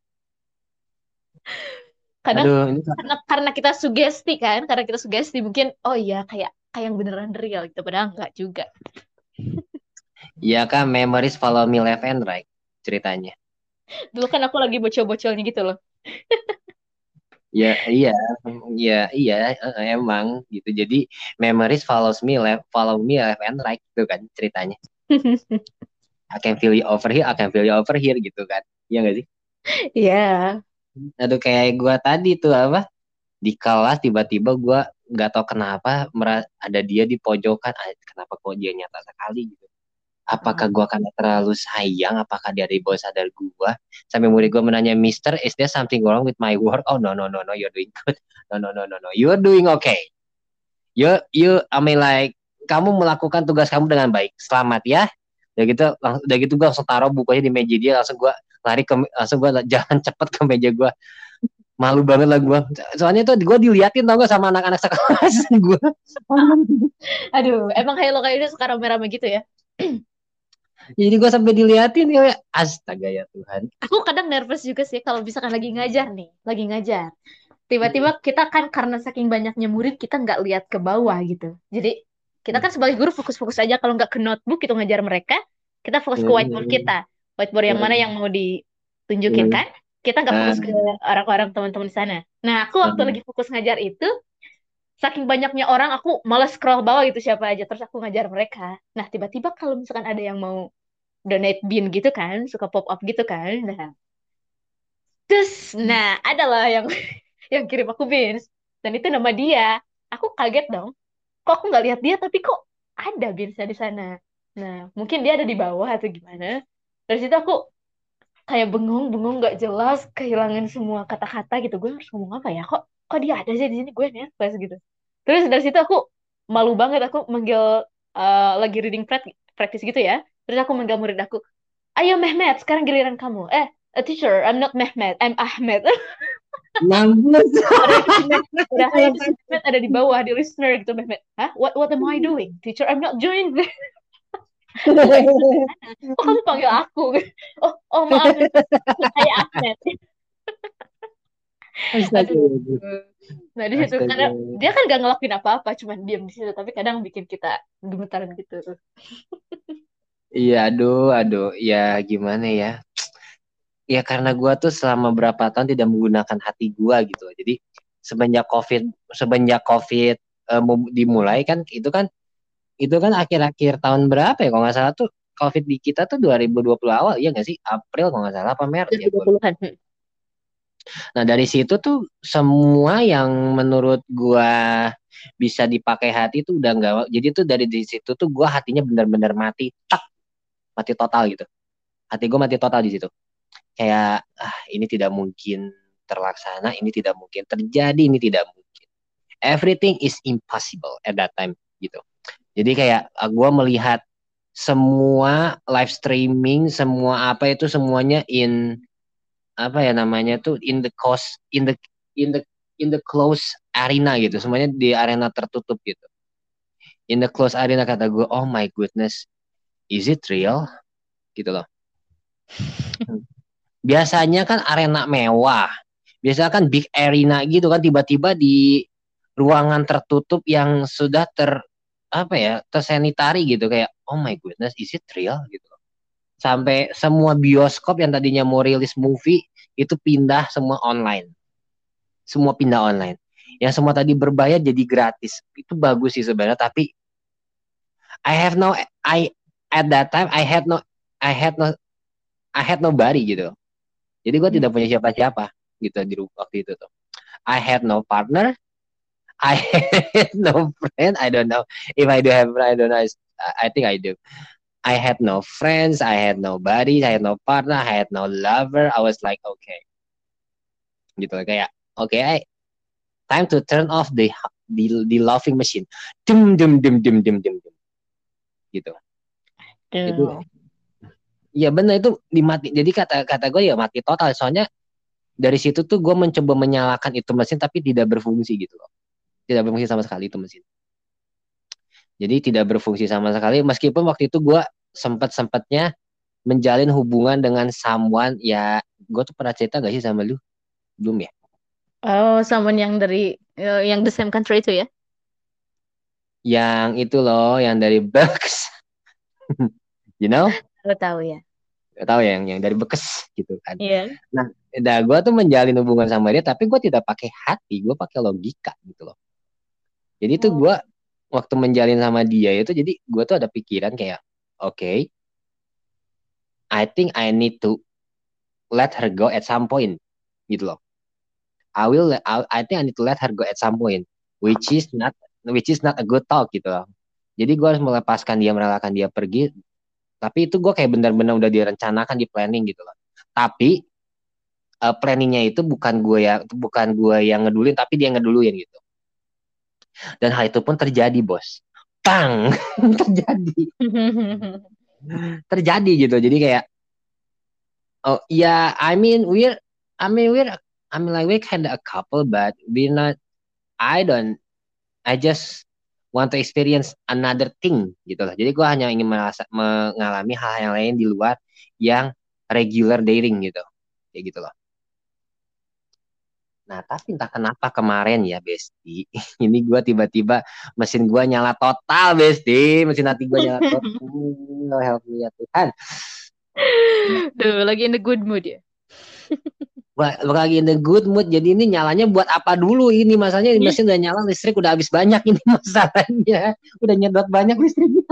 Kadang Aduh, ini karena karena kita sugesti kan, karena kita sugesti mungkin, oh iya kayak kayak yang beneran real gitu. Padahal nggak juga. ya kan memories follow me left and right ceritanya. Dulu kan aku lagi bocil-bocilnya gitu loh. Ya, iya, iya, iya, eh, emang gitu. Jadi memories follows me left, follow me left and right gitu kan ceritanya. I can feel you over here, I can feel you over here gitu kan. Iya nggak sih? Iya. Aduh kayak gue tadi tuh apa di kelas tiba-tiba gue nggak tahu kenapa mera- ada dia di pojokan. Ah, kenapa kok dia nyata sekali gitu? Apakah Ah. gue karena terlalu sayang? Apakah dia di bawah sadar gue? Sampai murid gue menanya, Mister, is there something wrong with my work? Oh no no no no, you're doing good. No no no no no, you're doing okay. You you I mean like kamu melakukan tugas kamu dengan baik. Selamat ya. Udah gitu, lang- udah gitu gue langsung taruh bukunya di meja dia, langsung gue lari ke, langsung gue jalan cepet ke meja gue. Malu banget lah gue. Soalnya tuh gue diliatin tau gak sama anak-anak sekelas gue. Aduh, emang Hello kayak ini suka rame-rame gitu ya? Jadi gue sampai diliatin ya, astaga ya Tuhan. Aku kadang nervous juga sih kalau misalkan lagi ngajar nih, lagi ngajar. Tiba-tiba kita kan karena saking banyaknya murid kita nggak lihat ke bawah gitu. Jadi kita kan sebagai guru fokus-fokus aja kalau nggak ke notebook itu ngajar mereka, kita fokus ke whiteboard kita. Whiteboard yang mana yang mau ditunjukin kan? Kita nggak fokus ke orang-orang teman-teman di sana. Nah, aku waktu lagi fokus ngajar itu, saking banyaknya orang aku malas scroll bawah gitu siapa aja terus aku ngajar mereka. Nah, tiba-tiba kalau misalkan ada yang mau donate bin gitu kan, suka pop up gitu kan. Nah, terus nah adalah yang yang kirim aku Vince dan itu nama dia. Aku kaget dong, kok aku nggak lihat dia tapi kok ada Vince di sana. Nah mungkin dia ada di bawah atau gimana. Dari situ aku kayak bengong bengong nggak jelas, kehilangan semua kata-kata gitu. Gue harus ngomong apa ya, kok kok dia ada sih di sini, gue nervous gitu. Terus dari situ aku malu banget, aku manggil eh, lagi reading prac- practice gitu ya. Terus aku manggil murid aku, ayo Mehmet, sekarang giliran kamu. Eh, a teacher, I'm not Mehmet, I'm Ahmed. Mampus. Padahal itu si Mehmet, padahal itu si Mehmet ada di bawah, di listener gitu Mehmet. Hah? What what am I doing? Teacher, I'm not doing this. Aku kayak, oh kamu panggil aku. Oh, oh maaf, saya Ahmed. Astaga. Aduh. Nah di situ Astaga. kadang dia kan gak ngelakuin apa-apa, cuman diam di situ. Tapi kadang bikin kita gemetaran gitu. Iya, aduh, aduh, ya gimana ya? Ya karena gua tuh selama berapa tahun tidak menggunakan hati gua gitu. Jadi semenjak COVID, semenjak COVID eh, mu- dimulai kan, itu kan, itu kan akhir-akhir tahun berapa ya? Kalau nggak salah tuh COVID di kita tuh dua ribu dua puluh awal, iya nggak sih? April kalau nggak salah, apa Maret ya? Gua lupa. dua ribu dua puluhan. Hmm. Nah dari situ tuh semua yang menurut gua bisa dipakai hati tuh udah nggak. Jadi tuh dari di situ tuh gua hatinya benar-benar mati, tak, mati total gitu. Hati gua mati total di situ. Kayak ah ini tidak mungkin terlaksana, ini tidak mungkin terjadi, ini tidak mungkin. Everything is impossible at that time gitu. Jadi kayak uh, gue melihat semua live streaming, semua apa itu semuanya in apa ya namanya tuh in the cost in the in the in the close arena gitu. Semuanya di arena tertutup gitu. In the close arena kata gue, oh my goodness, is it real? Gitu loh. Biasanya kan arena mewah, biasanya kan big arena gitu kan, tiba-tiba di ruangan tertutup yang sudah ter apa ya tersanitari gitu, kayak oh my goodness is it real gitu, sampai semua bioskop yang tadinya mau rilis movie itu pindah semua online, semua pindah online, yang semua tadi berbayar jadi gratis. Itu bagus sih sebenarnya, tapi I have no I at that time I had no I had no I had nobody gitu, jadi gue tidak punya siapa-siapa gitu di waktu itu tuh. I had no partner, I had no friend. I don't know if I do have friend. I don't know. I think I do. I had no friends. I had nobody. I had no partner. I had no lover. I was like, okay, gitu kayak, okay, I, time to turn off the the, the laughing machine. Dum dum dum dum dum dum dum. Gitu. Itu, Tuh. ya benar itu dimati. Jadi kata kata gue ya mati total. Soalnya dari situ tuh gue mencoba menyalakan itu mesin tapi tidak berfungsi gitu loh. Tidak berfungsi sama sekali itu mesin. Jadi tidak berfungsi sama sekali. Meskipun waktu itu gue sempat-sempatnya menjalin hubungan dengan someone, ya gue tuh pernah cerita gak sih sama lu? Belum ya? Oh, someone yang dari eh, yang the same country itu ya? Yang itu loh, yang dari Bucks. You know? Lo tahu ya? Gak tahu ya, yang, yang dari Bekes gitu kan. Iya. Nah, nah gue tuh menjalin hubungan sama dia, tapi gue tidak pakai hati, gue pakai logika gitu loh. Jadi tuh Oh. gue waktu menjalin sama dia itu, jadi gue tuh ada pikiran kayak, okay, I think I need to let her go at some point, gitu loh. I will, I, I think I need to let her go at some point, which is not, which is not a good talk gitu loh. Jadi gue harus melepaskan dia, merelakan dia pergi. Tapi itu gue kayak benar-benar udah direncanakan, di planning gitu loh. Tapi uh, planningnya itu bukan gue ya, bukan gue yang ngeduluin, tapi dia yang ngeduluin gitu. Dan hal itu pun terjadi, bos. Tang, terjadi, terjadi gitu. Jadi kayak, oh yeah, I mean we're, I mean we're, I mean like we're kind of a couple, but we're not. I don't. I just want to experience another thing gitu loh. Jadi gue hanya ingin merasa, mengalami hal yang lain di luar yang regular dating gitu, kayak gitu loh. Nah tapi entah kenapa kemarin ya Besti, ini gue tiba-tiba mesin gue nyala total Besti, mesin hati gue nyala total. Oh, help me ya Tuhan. Duh, lagi in the good mood ya. Lagi in the good mood, jadi ini nyalanya buat apa dulu ini, masalahnya mesin udah nyala, listrik udah habis banyak ini masalahnya, udah nyedot banyak listriknya.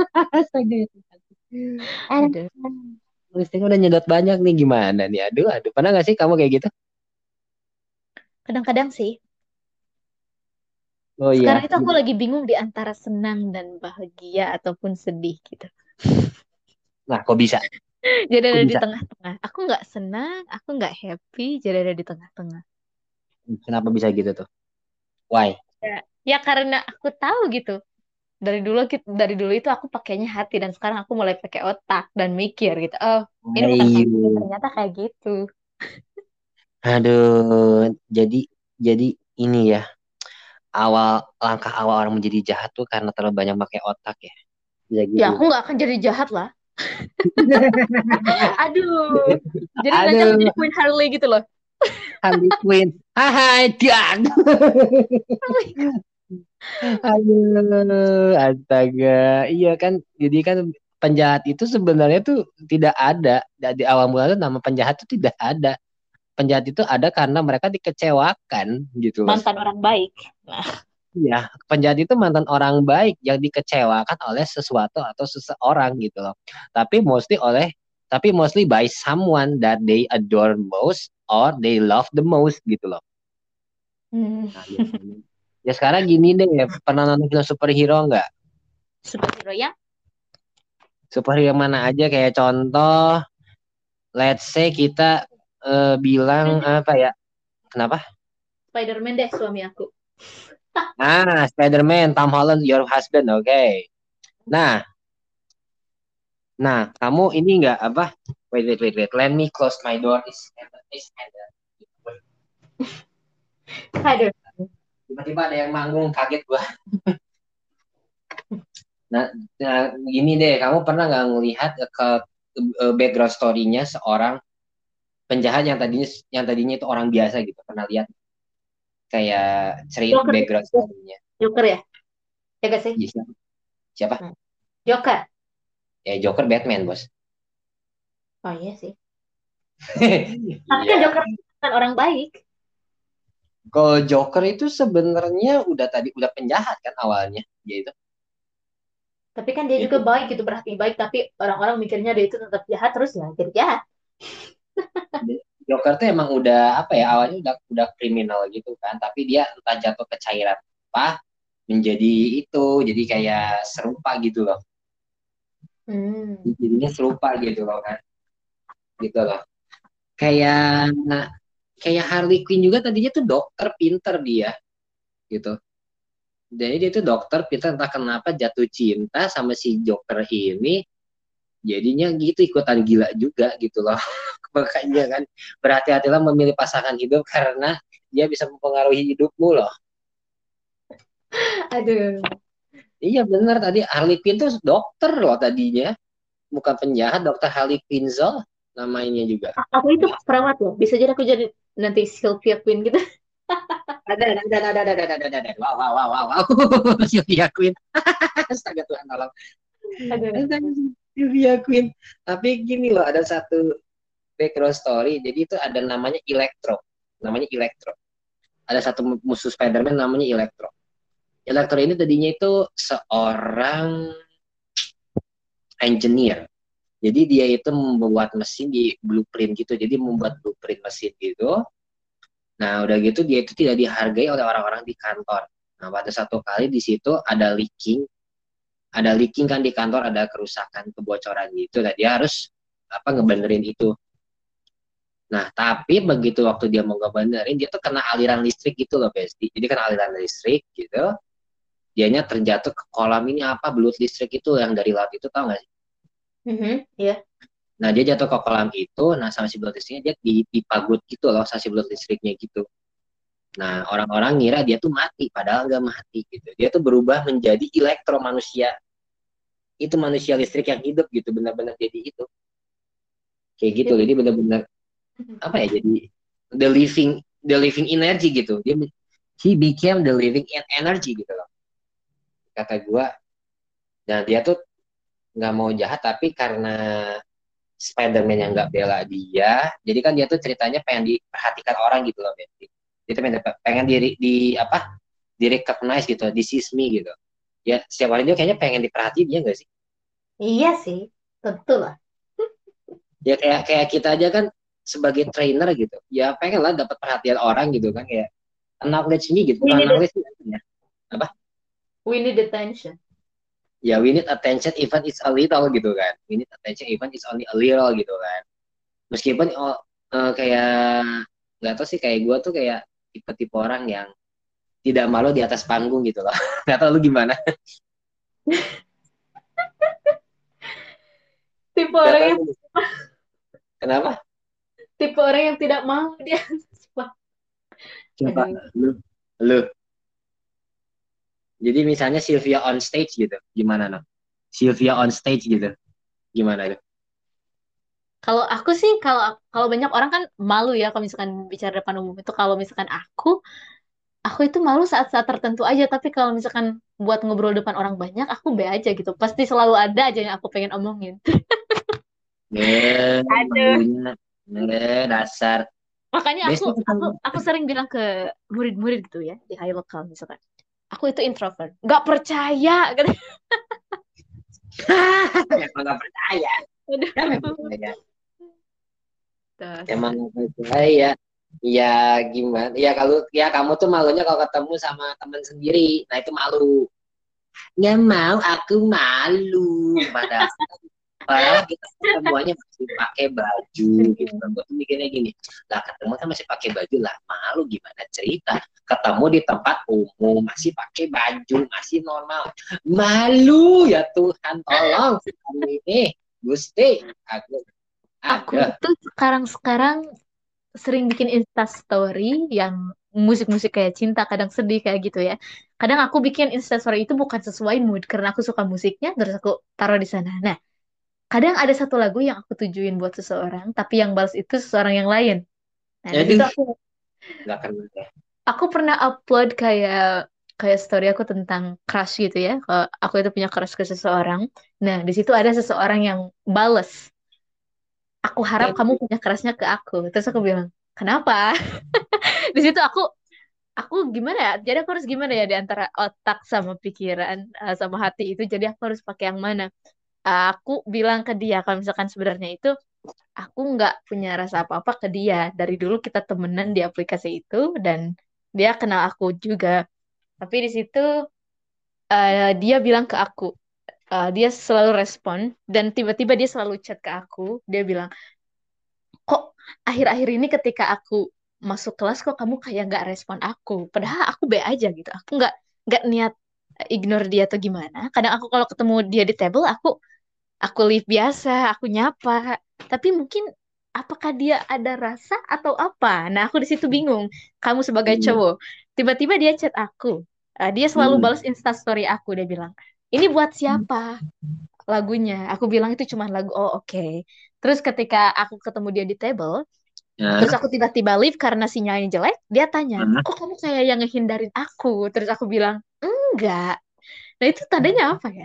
Aduh. Listriknya udah nyedot banyak nih, gimana nih, aduh aduh pernah gak sih kamu kayak gitu? Kadang-kadang sih. Oh Sekarang iya. itu aku lagi bingung di antara senang dan bahagia ataupun sedih gitu. Nah kok bisa? Jadi Kok ada di bisa? tengah-tengah. Aku nggak senang, aku nggak happy, jadi ada di tengah-tengah. Kenapa bisa gitu tuh? Why? Ya, ya karena aku tahu gitu. Dari dulu kit- dari dulu itu aku pakainya hati dan sekarang aku mulai pakai otak dan mikir gitu. Oh, ini bukan hati, Ayo. ternyata kayak gitu. Aduh, jadi jadi ini ya, awal langkah awal orang menjadi jahat tuh karena terlalu banyak pakai otak ya. Bisa Ya gitu. aku nggak akan jadi jahat lah. Aduh. Jadi nanti aku Aduh, jadi Queen Harley gitu loh. Harley Quinn. Hai, Dan. Aduh, astaga. Iya kan, jadi kan penjahat itu sebenarnya tuh tidak ada. Di awal mula tuh nama penjahat itu tidak ada. Penjahat itu ada karena mereka dikecewakan gitu loh. Mantan orang baik. Nah, Iya, penjahat itu mantan orang baik yang dikecewakan oleh sesuatu atau seseorang gitu loh. Tapi mostly oleh, tapi mostly by someone that they adore most or they love the most gitu loh. hmm, Nah, biasanya. Ya sekarang gini deh, pernah nonton film superhero nggak? superhero ya. Superhero mana aja, kayak contoh, let's say kita eh, bilang apa ya? Kenapa? Spider-Man deh suami aku. Ah, Spider-Man, Tom Holland, your husband, oke. Okay. Nah, nah, kamu ini nggak apa? Wait, wait, wait, wait. Let me close my door. Is, is, Aduh. tiba-tiba ada yang manggung, kaget gua. Nah, nah, gini deh, kamu pernah nggak ngelihat ke, ke background story-nya seorang penjahat yang tadinya yang tadinya itu orang biasa gitu? Pernah lihat kayak cerita Joker. background story-nya? Joker ya? Ya gak sih? Iya, siapa? Siapa? Hmm. Joker. Ya Joker, Batman, bos. Oh iya sih. Tapi kan Iya. Joker kan orang baik. Kalau Joker itu sebenarnya udah tadi udah penjahat kan awalnya, dia itu. Tapi kan dia Dia juga itu baik gitu, berhati baik. Tapi orang-orang mikirnya dia itu tetap jahat terus ya jadi jahat. Joker tuh emang udah apa ya, awalnya udah udah kriminal gitu kan, tapi dia entah jatuh ke cairan apa menjadi itu, jadi kayak serupa gitu loh, Hmm. jadinya serupa gitu loh kan, gitu loh, kayak kayak Harley Quinn juga tadinya tuh dokter pinter dia gitu, jadi dia tuh dokter pinter, entah kenapa jatuh cinta sama si Joker ini, jadinya gitu ikutan gila juga gitu loh. Makanya kan berhati-hatilah memilih pasangan hidup karena dia bisa mempengaruhi hidupmu loh. Aduh. Iya benar, tadi Harley Quinn tuh dokter loh tadinya, bukan penjahat, dokter Harley Quinzel namanya juga. Aku itu perawat loh. Bisa jadi aku jadi nanti Sylvia Queen gitu. Ada, ada, ada, ada, ada, ada, ada, ada. Wow, wow, wow, wow, wow. Sylvia Quinn. Astaga Tuhan tolong. Aduh. Astaga, Sylvia Quinn. Tapi gini loh, ada satu background story. Jadi itu ada namanya Electro. Namanya Electro. Ada satu musuh Spider-Man namanya Electro. Electro ini tadinya itu seorang engineer. Jadi dia itu membuat mesin di blueprint gitu. Jadi membuat blueprint mesin gitu. Nah, udah gitu dia itu tidak dihargai oleh orang-orang di kantor. Nah, pada satu kali di situ ada leaking, ada leaking kan di kantor, ada kerusakan, kebocoran gitu. Nah, dia harus apa ngebenerin itu. Nah, tapi begitu waktu dia mau ngebenerin, dia tuh kena aliran listrik gitu loh, Besti. Jadi kena aliran listrik gitu. Dianya terjatuh ke kolam ini apa, belut listrik itu yang dari laut itu, tau gak sih? Mhm, iya. Nah, dia jatuh ke kolam itu, nah sama si belut listriknya dia dipagut gitu loh, sama si belut listriknya gitu. Nah, orang-orang ngira dia tuh mati, padahal nggak mati gitu. Dia tuh berubah menjadi elektro manusia. Itu manusia listrik yang hidup gitu, benar-benar jadi itu. Kayak gitu, Jadi, jadi benar-benar apa ya, jadi the living the living energy gitu. Dia he became the living energy gitu loh, kata gua. Dan dia tuh nggak mau jahat, tapi karena Spider-Man yang nggak bela dia, jadi kan dia tuh ceritanya pengen diperhatikan orang gitu loh, Betty. Dia tuh pengen, pengen di, di apa, di recognize gitu, di sees me gitu. Ya setiap hari dia kayaknya pengen diperhatiin, dia nggak sih? iya sih, tentu lah. Ya kayak kayak kita aja kan sebagai trainer gitu, ya pengen lah dapat perhatian orang gitu kan, kayak acknowledge me gitu, We bukan need, acknowledge me ya. Apa? we need attention. Ya we need attention even it's a little gitu kan. We need attention even it's only a little gitu kan. Meskipun oh, eh, kayak nggak tahu sih, kayak gue tuh kayak tipe-tipe orang yang tidak malu di atas panggung gitu loh. Nggak tahu lu gimana? Tipe Nggak orang tahu yang lu. Kenapa? tipe orang yang tidak mau dia. Wah, Coba aduh. lu, lu. Jadi misalnya Sylvia on stage gitu, gimana no? Sylvia on stage gitu, gimana tuh? Kalau aku sih, kalau kalau banyak orang kan malu ya kalau misalkan bicara depan umum itu. Kalau misalkan aku, aku itu malu saat-saat tertentu aja. Tapi kalau misalkan buat ngobrol depan orang banyak, aku be aja gitu. Pasti selalu ada aja yang aku pengen omongin. Eh, Aduh. malunya, eh, dasar. Makanya aku Besok aku ketemu. aku sering bilang ke murid-murid gitu ya di high lokal misalkan. Aku itu introvert. Nggak percaya. Gitu. Emang nggak percaya, kan nggak Aduh. percaya. Emang Dasar. nggak percaya. Ya gimana? Ya kalau ya kamu tuh malunya kalau ketemu sama teman sendiri. Nah itu malu. Nggak mau, aku malu. Padahal, padahal kita ketemuannya masih pakai baju gitu kan. Gue tuh mikirnya gini, lah ketemu kan masih pakai baju lah, malu gimana cerita? Ketemu di tempat umum masih pakai baju, masih normal. Malu ya Tuhan, tolong kami ini, Gusti. Aku Aku ada. itu sekarang-sekarang sering bikin Insta story yang musik-musik kayak cinta, kadang sedih kayak gitu ya. Kadang aku bikin Insta story itu bukan sesuai mood karena aku suka musiknya, terus aku taruh di sana. Nah, kadang ada satu lagu yang aku tujuin buat seseorang, tapi yang balas itu seseorang yang lain. Nah, di situ Aduh, aku nggak kena ya. aku pernah upload kayak kayak story aku tentang crush gitu ya. Kalau aku itu punya crush ke seseorang. Nah, di situ ada seseorang yang bales. Aku harap kamu punya crushnya ke aku. Terus aku bilang, kenapa? Di situ aku aku gimana ya? Jadi aku harus gimana ya di antara otak sama pikiran eh, sama hati itu. Jadi aku harus pakai yang mana? Aku bilang ke dia kalau misalkan sebenarnya itu aku nggak punya rasa apa-apa ke dia. Dari dulu kita temenan di aplikasi itu dan dia kenal aku juga. Tapi di situ eh, dia bilang ke aku, eh, dia selalu respon dan tiba-tiba dia selalu chat ke aku. Dia bilang, kok akhir-akhir ini ketika aku masuk kelas kok kamu kayak nggak respon aku. Padahal aku be aja gitu. Aku nggak nggak niat ignore dia atau gimana. Kadang aku kalau ketemu dia di table aku aku live biasa, aku nyapa. Tapi mungkin apakah dia ada rasa atau apa? Nah, aku di situ bingung. Kamu sebagai Hmm. cowok, tiba-tiba dia chat aku. Eh, dia selalu Hmm. balas Insta story aku. Dia bilang, ini buat siapa lagunya? Aku bilang itu cuma lagu. Oh, oke. Terus ketika aku ketemu dia di table, terus Ya. aku tiba-tiba leave karena sinyalnya jelek, dia tanya, Nah, kok kamu kayak yang ngehindarin aku? Terus aku bilang, enggak. Nah, itu tandanya apa ya?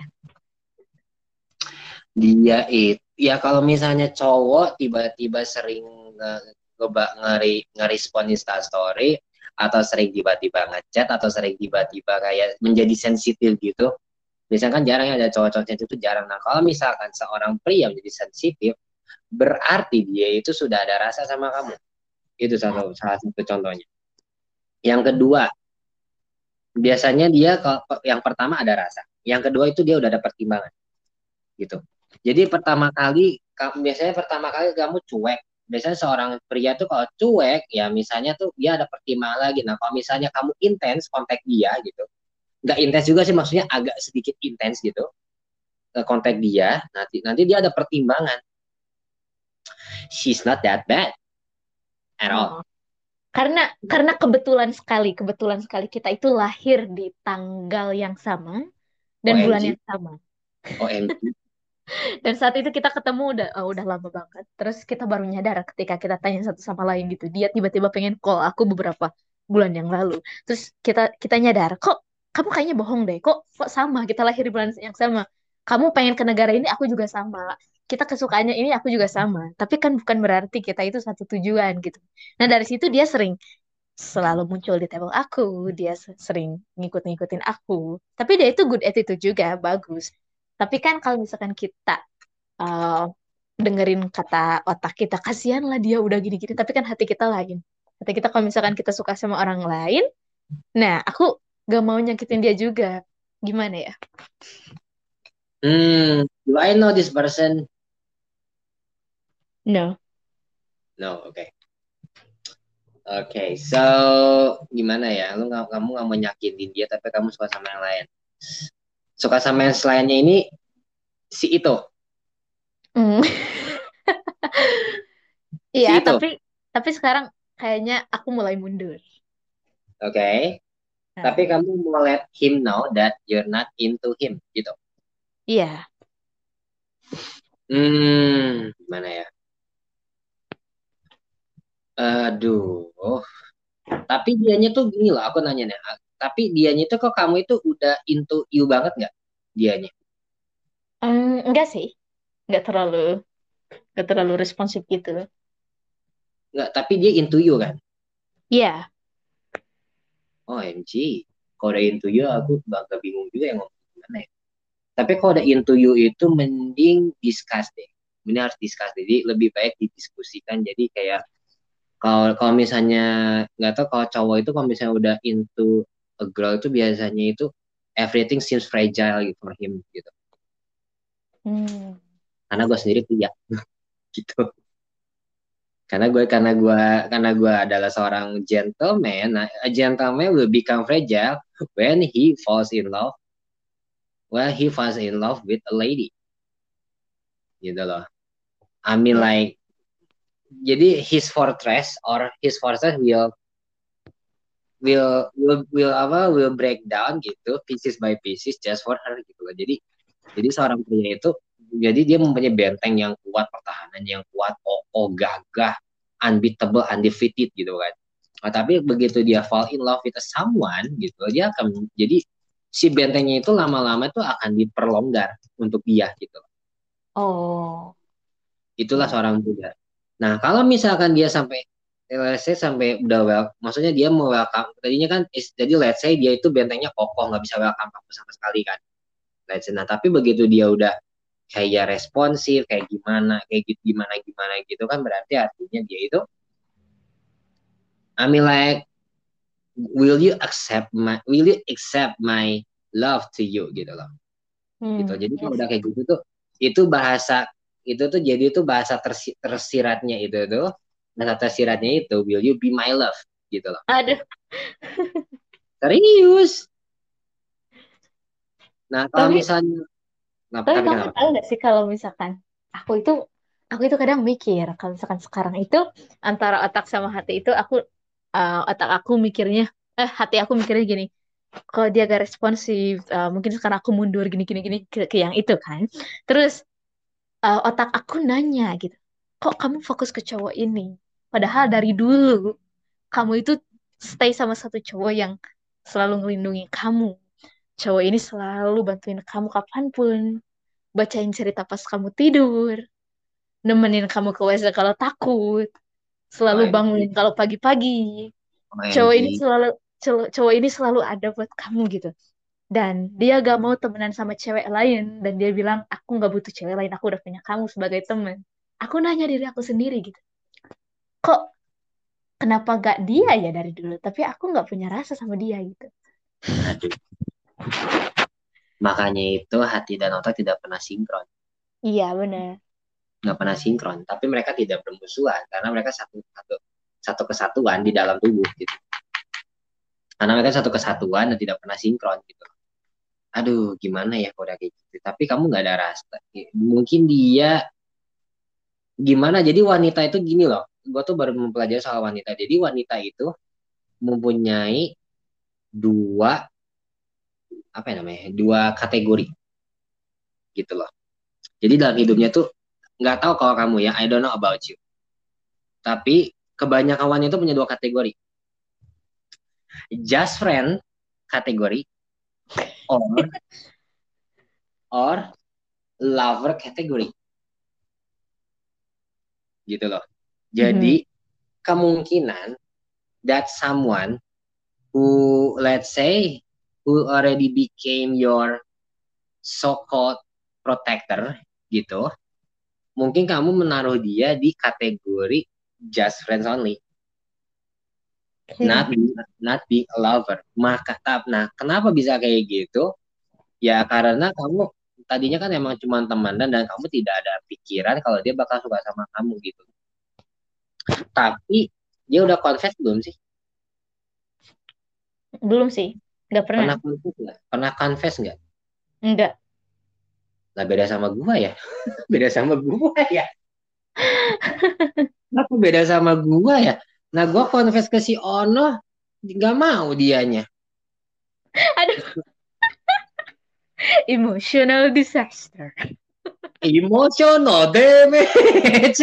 dia itu ya kalau misalnya cowok tiba-tiba sering nge, ngeba- ngeri ngerespon Insta story atau sering tiba-tiba ngechat atau sering tiba-tiba kayak menjadi sensitif gitu, Biasanya kan jarang ya ada cowok-cowok sensitif itu jarang. Nah, kalau misalkan seorang pria menjadi sensitif, berarti dia itu sudah ada rasa sama kamu. Itu satu, salah satu contohnya. Yang kedua, biasanya dia kalau yang pertama ada rasa. Yang kedua itu dia udah ada pertimbangan gitu. Jadi pertama kali biasanya pertama kali kamu cuek. Biasanya seorang pria tuh kalau cuek ya misalnya tuh dia ada pertimbangan lagi. Nah, kalau misalnya kamu intens kontak dia gitu. Nggak intens juga sih maksudnya agak sedikit intens gitu. Kontak dia, nanti nanti dia ada pertimbangan. She's not that bad at all. Oh. Karena karena kebetulan sekali, kebetulan sekali kita itu lahir di tanggal yang sama dan bulan O M G, yang sama. O M G. Dan saat itu kita ketemu udah oh, udah lama banget. Terus kita baru nyadar ketika kita tanya satu sama lain gitu. Dia tiba-tiba pengen call aku beberapa bulan yang lalu. Terus kita kita nyadar, kok kamu kayaknya bohong deh. Kok kok sama? Kita lahir di bulan yang sama. Kamu pengen ke negara ini, aku juga sama. Kita kesukaannya ini, aku juga sama. Tapi kan bukan berarti kita itu satu tujuan gitu. Nah dari situ dia sering selalu muncul di table aku, dia se- sering ngikut-ngikutin aku. Tapi dia itu good attitude juga, bagus. Tapi kan kalau misalkan kita uh, dengerin kata otak kita, kasihan lah dia udah gini-gini, tapi kan hati kita lain. Hati kita kalau misalkan kita suka sama orang lain, nah aku gak mau nyakitin dia juga. Gimana ya? Hmm, do I know this person? No. No, oke. Okay. Oke, okay, so gimana ya? Lu nggak kamu nggak mau nyakitin dia, tapi kamu suka sama yang lain. Suka sama yang selainnya ini si itu, Hmm. Iya, si itu. tapi tapi sekarang kayaknya aku mulai mundur. Oke. Okay. Tapi Nah, kamu mau let him know that you're not into him, gitu. iya. Hmm, gimana ya? Aduh. Tapi dianya tuh gini loh, aku nanya nih. Tapi dianya tuh kok kamu itu udah into you banget nggak? Dianya. Hmm, enggak sih, enggak terlalu enggak terlalu responsif gitu. Nggak, tapi dia into you kan? Iya. O M G. Kalau udah into you, aku bakal bingung juga yang ngomong gimana ya. Tapi kalau udah into you itu mending discuss deh. Ini harus discuss deh. Jadi lebih baik didiskusikan. Jadi kayak kalau kalau misalnya nggak tahu kalau cowok itu kalau misalnya udah into a girl itu biasanya itu everything seems fragile gitu for him gitu. Hmm. Karena gue sendiri tuh ya gitu. Karena gue karena gue karena gue adalah seorang gentleman. Nah, a gentleman will become fragile when he falls in love. Well, he falls in love with a lady gitu loh. I mean Iya. like jadi his fortress or his fortress will will will will apa will break down gitu pieces by pieces just for her gitu loh. Jadi jadi seorang pria itu jadi dia mempunyai benteng yang kuat, pertahanan yang kuat, kokoh, gagah, unbeatable, undefeated gitu kan. Nah, tapi begitu dia fall in love with someone gitu, dia akan jadi si bentengnya itu lama-lama itu akan diperlonggar untuk dia gitu. Oh, Itulah iya. seorang pria. Nah, kalau misalkan dia sampai let's say sampai udah well, maksudnya dia mau welcome, tadinya kan is, jadi let's say dia itu bentengnya kokoh, nggak bisa welcome kamu sama sekali kan. Let's say, nah tapi begitu dia udah kayak responsif, kayak gimana, kayak gitu, gimana, gimana gitu kan berarti artinya dia itu, I mean like, will you accept my, will you accept my love to you gitu loh. Gitu. Hmm, Jadi kalau yes. udah kayak gitu tuh, itu bahasa, itu tuh jadi itu bahasa tersi, tersiratnya itu tuh, bahasa tersiratnya itu, will you be my love gitu loh. Aduh, Serius. Nah kalau tapi misalnya, nah, tapi tapi kamu kenapa? tahu nggak sih kalau misalkan aku itu aku itu kadang mikir kalau misalkan sekarang itu antara otak sama hati itu aku uh, otak aku mikirnya eh hati aku mikirnya gini, kalau dia gak responsif, uh, mungkin sekarang aku mundur gini gini gini ke, ke yang itu kan. Terus uh, otak aku nanya gitu, kok kamu fokus ke cowok ini? Padahal dari dulu kamu itu stay sama satu cowok yang selalu ngelindungi kamu. Cowok ini selalu bantuin kamu kapanpun, bacain cerita pas kamu tidur, nemenin kamu ke W C kalau takut, selalu O M G, bangunin kalau pagi-pagi. Cowok ini O M G. selalu cowok, cowok ini selalu ada buat kamu gitu. dan dia gak mau temenan sama cewek lain dan dia bilang aku gak butuh cewek lain, aku udah punya kamu sebagai teman. Aku nanya diri aku sendiri gitu, kok kenapa gak dia ya dari dulu, tapi aku gak punya rasa sama dia gitu. Aduh. Makanya itu hati dan otak tidak pernah sinkron. Iya benar. Nggak pernah sinkron, tapi mereka tidak bermusuhan karena mereka satu satu satu kesatuan di dalam tubuh gitu. Karena mereka satu kesatuan dan tidak pernah sinkron gitu. Aduh, gimana ya kalau udah kayak gitu. Tapi kamu nggak ada rasa. Mungkin dia gimana? Jadi wanita itu gini loh. Gue tuh baru mempelajari soal wanita. Jadi wanita itu mempunyai dua apa ya namanya? Dua kategori gitu loh. Jadi dalam hidupnya tuh nggak tahu kalau kamu ya, I don't know about you. Tapi kebanyakan wanita punya dua kategori. Just friend kategori or or lover kategori. Gitu loh. Jadi Mhm. kemungkinan that someone who let's say who already became your so-called protector gitu, mungkin kamu menaruh dia di kategori just friends only. Not Oke. being, not being a lover. Maka, nah, kenapa bisa kayak gitu? Ya karena kamu tadinya kan emang cuma temenan dan kamu tidak ada pikiran kalau dia bakal suka sama kamu gitu. Tapi dia udah confess belum sih? Belum sih, nggak pernah. Pernah confess nggak? Pernah confess nggak? Enggak. Nah beda sama gua ya. Beda sama gua ya. Aku beda sama gua ya. Nah gua confess ke si Ono, nggak mau dianya. Aduh, emotional disaster. Emotional damage.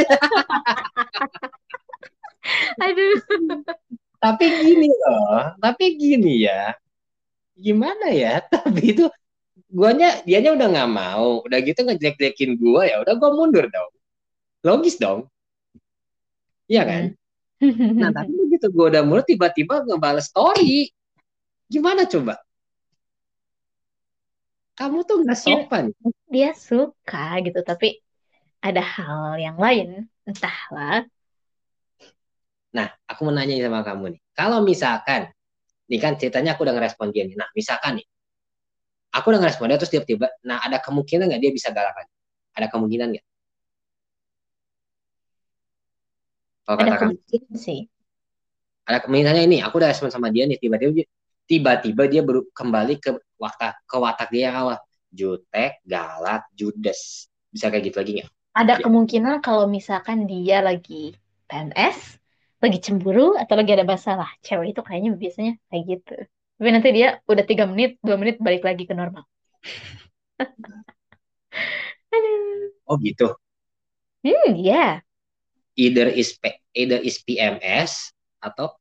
Aduh. Tapi gini loh, tapi gini ya. Gimana ya? Tapi itu guanya dianya udah nggak mau. Udah gitu ngejelek-jelekin gua ya. Udah gua mundur dong. Logis dong. Iya kan? Hmm. Nah, tapi begitu gue udah mulai tiba-tiba ngebales story. Gimana coba? Kamu tuh nggak Mungkin sopan. dia suka gitu, tapi ada hal yang lain, entahlah. Nah, aku mau nanya sama kamu nih. Kalau misalkan, nih kan ceritanya aku udah ngerespon dia nih. Nah, misalkan nih, aku udah ngerespon dia terus tiba-tiba, nah ada kemungkinan nggak dia bisa galak lagi? Ada kemungkinan nggak? Kalau Ada kata kamu. kemungkinan sih. Ada kemungkinannya ini, aku udah respon sama dia nih, tiba-tiba tiba-tiba dia baru kembali ke watak ke watak dia yang awal. Jutek, galak, judes. Bisa kayak gitu lagi nggak? Ada Ya. kemungkinan kalau misalkan dia lagi P M S, lagi cemburu, atau lagi ada masalah. Cewek itu kayaknya biasanya kayak gitu. Tapi nanti dia udah tiga menit, dua menit balik lagi ke normal. Aduh. Oh gitu. Hmm, ya. Either is P- either is P M S atau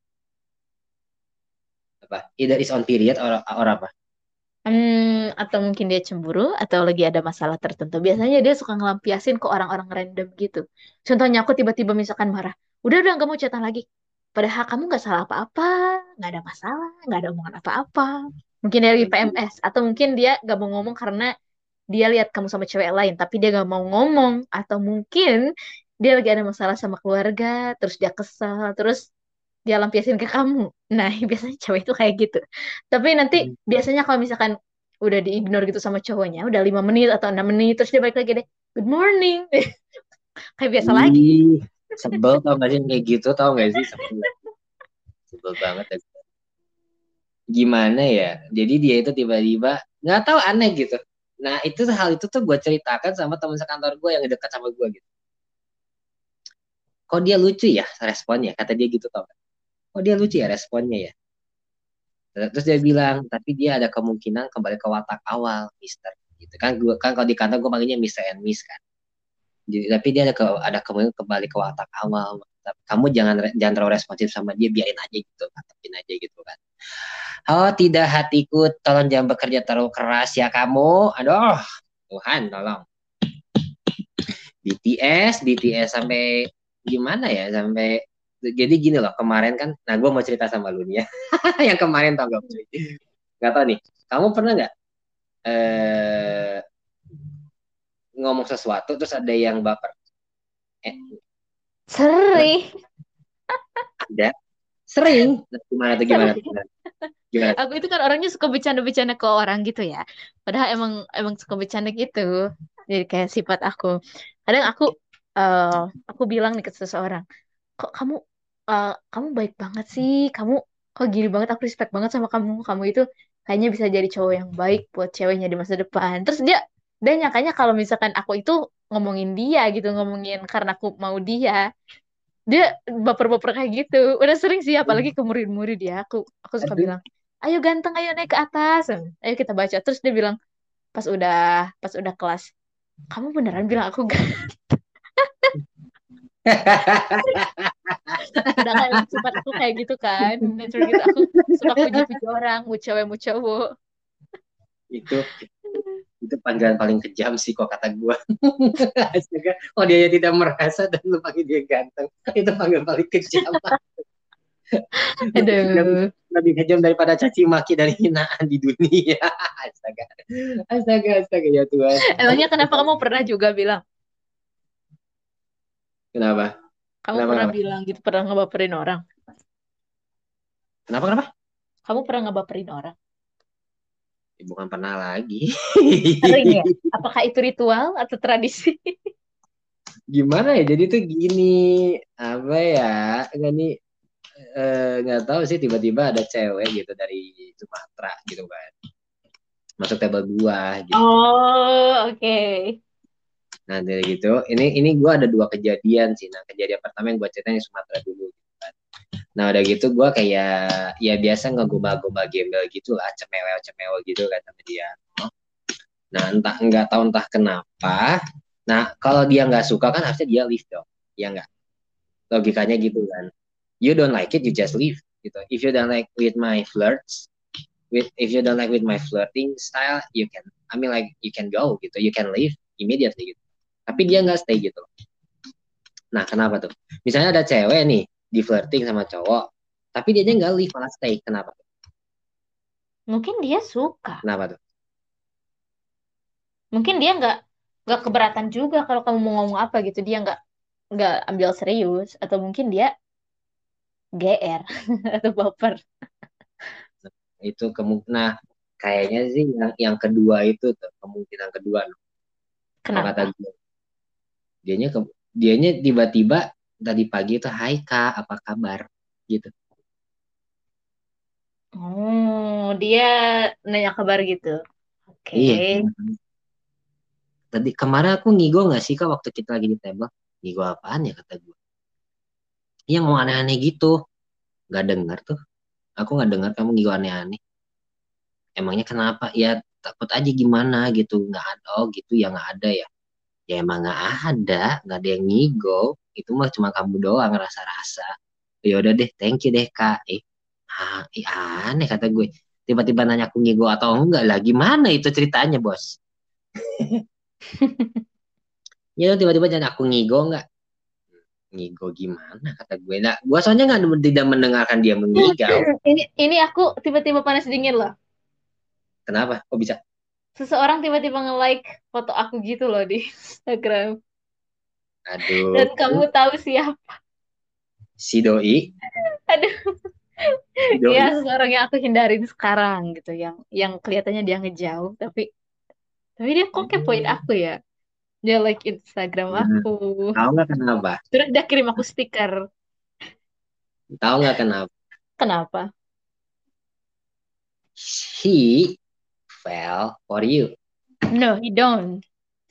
apa? Either is on period or, or apa? Hmm, atau mungkin dia cemburu atau lagi ada masalah tertentu. Biasanya dia suka ngelampiasin ke orang-orang random gitu. Contohnya aku tiba-tiba misalkan marah. Udah udah nggak mau chatan lagi. Padahal kamu nggak salah apa-apa, nggak ada masalah, nggak ada omongan apa-apa. Mungkin dia lagi P M S atau mungkin dia nggak mau ngomong karena dia lihat kamu sama cewek lain, tapi dia nggak mau ngomong. Atau mungkin dia lagi ada masalah sama keluarga, terus dia kesel, terus dia lampiasin ke kamu. Nah, biasanya cewek itu kayak gitu. Tapi nanti biasanya kalau misalkan udah di-ignore gitu sama cowoknya, udah lima menit atau enam menit, terus dia balik lagi deh, good morning. Kayak biasa lagi. Ih, sebel tau gak sih kayak gitu tau gak sih sebel, sebel banget. Gimana ya? Jadi dia itu tiba-tiba nggak tahu aneh gitu. Nah itu hal itu tuh gue ceritakan sama teman sekantor gue yang dekat sama gue gitu. Kok dia lucu ya responnya? Kata dia gitu tau gak? Kok dia lucu ya responnya ya? Terus dia bilang, tapi dia ada kemungkinan kembali ke watak awal, Mister. Gitu kan? Gue kan kalau di kantor gue panggilnya Mister and Miss kan. Jadi, tapi dia ada ke, ada kemungkinan kembali ke watak awal. Tapi kamu jangan jangan terlalu responsif sama dia, biarin aja gitu, katapin aja gitu kan. Oh tidak hatiku, tolong jangan bekerja terlalu keras ya kamu. Aduh, Tuhan tolong. B T S, B T S sampai gimana ya? Sampai jadi gini loh kemarin kan. Nah gue mau cerita sama lu nih ya. Yang kemarin tau gak? nggak tahu nih. Kamu pernah nggak eh, ngomong sesuatu terus ada yang baper? Eh, pernah? Sering. Ada? Sering? Nah, gimana tuh gimana tuh Sering. gimana? Gimana? Aku itu kan orangnya suka bercanda-bercanda ke orang gitu ya. Padahal emang emang suka bercanda gitu. Jadi kayak sifat aku. Kadang aku eh aku bilang nih ke seseorang, kok kamu eh, kamu baik banget sih. Kamu kok gini banget. Aku respect banget sama kamu. Kamu itu kayaknya bisa jadi cowok yang baik buat ceweknya di masa depan. Terus dia dia nyakanya kalau misalkan aku itu ngomongin dia gitu, ngomongin karena aku mau dia. Dia baper-baper kayak gitu. Udah sering sih, apalagi ke murid-murid ya. Aku aku suka Aduh. bilang, ayo ganteng, ayo naik ke atas. Ayo kita baca. Terus dia bilang, pas udah pas udah kelas, kamu beneran bilang aku ganteng? Sedangkan emang sifat aku kayak gitu kan. Nature gitu. Aku suka puji-puji orang, mau cewek, mau cowok. itu itu panggilan paling kejam sih kok kata gue. Astaga, oh dia tidak merasa dan lu panggil dia ganteng, itu panggilan paling kejam. lebih, Aduh. lebih kejam daripada caci maki dari hinaan di dunia. Astaga, astaga, astaga ya Tuhan. Emangnya kenapa kamu pernah juga bilang? Kenapa? Kamu Kenapa? pernah Kenapa? bilang gitu, pernah ngebaperin orang? Kenapa? Kenapa? Kamu pernah ngebaperin orang? Ya, bukan pernah lagi. Sering ya? Apakah itu ritual atau tradisi? Gimana ya? Jadi tuh gini, apa ya? Nggak nih, eh, nggak tahu sih tiba-tiba ada cewek gitu dari Sumatera gitu kan, masuk table gua gitu. Oh, oke. Nah dari gitu, ini ini gue ada dua kejadian sih. Nah kejadian pertama yang gue ceritain di Sumatera dulu. Gitu kan. Nah udah gitu gue kayak ya biasa ngegombal-gombal gembel gitu lah, cemewel-cemewel gitu kan sama dia. Nah entah nggak tahu entah kenapa. Nah kalau dia nggak suka kan harusnya dia leave dong, ya nggak? Logikanya gitu kan. You don't like it, you just leave gitu. If you don't like with my flirts, with if you don't like with my flirting style, you can, I mean like you can go gitu, you can leave immediately gitu. Tapi dia nggak stay gitu. Nah, kenapa tuh? Misalnya ada cewek nih di flirting sama cowok, tapi dia nggak leave malah stay. Kenapa? Mungkin dia suka. Kenapa tuh? Mungkin dia nggak nggak keberatan juga kalau kamu mau ngomong apa gitu. Dia nggak nggak ambil serius. Atau mungkin dia G R atau baper. Itu kemungkinan, nah, kayaknya sih yang yang kedua itu tuh kemungkinan kedua. Kalau kata Kenapa? gue, dianya ke, dianya tiba-tiba tadi pagi itu, Hai Kak, apa kabar? Gitu. Oh, dia nanya kabar gitu. Oke. Iya. Tadi kemarin aku ngigo nggak sih Kak waktu kita lagi di table? Ngigo apaan ya kata gue? Iya mau aneh-aneh gitu. Gak dengar tuh. Aku nggak dengar kamu ngigo aneh-aneh. Emangnya kenapa? Ya takut aja gimana gitu. Nggak ada, oh gitu ya nggak ada ya. Ya emang nggak ada, nggak ada yang ngigo. Itu mah cuma kamu doang rasa-rasa. Ya udah deh, thank you deh Kak. Eh, ah, eh, aneh kata gue. Tiba-tiba nanya aku ngigo atau enggak lah. Gimana itu ceritanya bos? Ya tiba-tiba jangan aku ngigo nggak? Ngigo gimana kata gue. Nah, gue soalnya nggak tidak mendengarkan dia mengigau. Ini ini aku tiba-tiba panas dingin loh. Kenapa? Kok bisa? Seseorang tiba-tiba nge-like foto aku gitu loh di Instagram. Aduh, Dan kamu tahu siapa? si doi, Aduh, si ya doi. seseorang yang aku hindarin sekarang gitu, yang yang kelihatannya dia ngejauh, tapi tapi dia kok kepoin aku ya. Dia like Instagram Nah, aku. tahu nggak kenapa? Terus dia kirim aku stiker. Tahu nggak kenapa? Kenapa? He fell for you. No, he don't.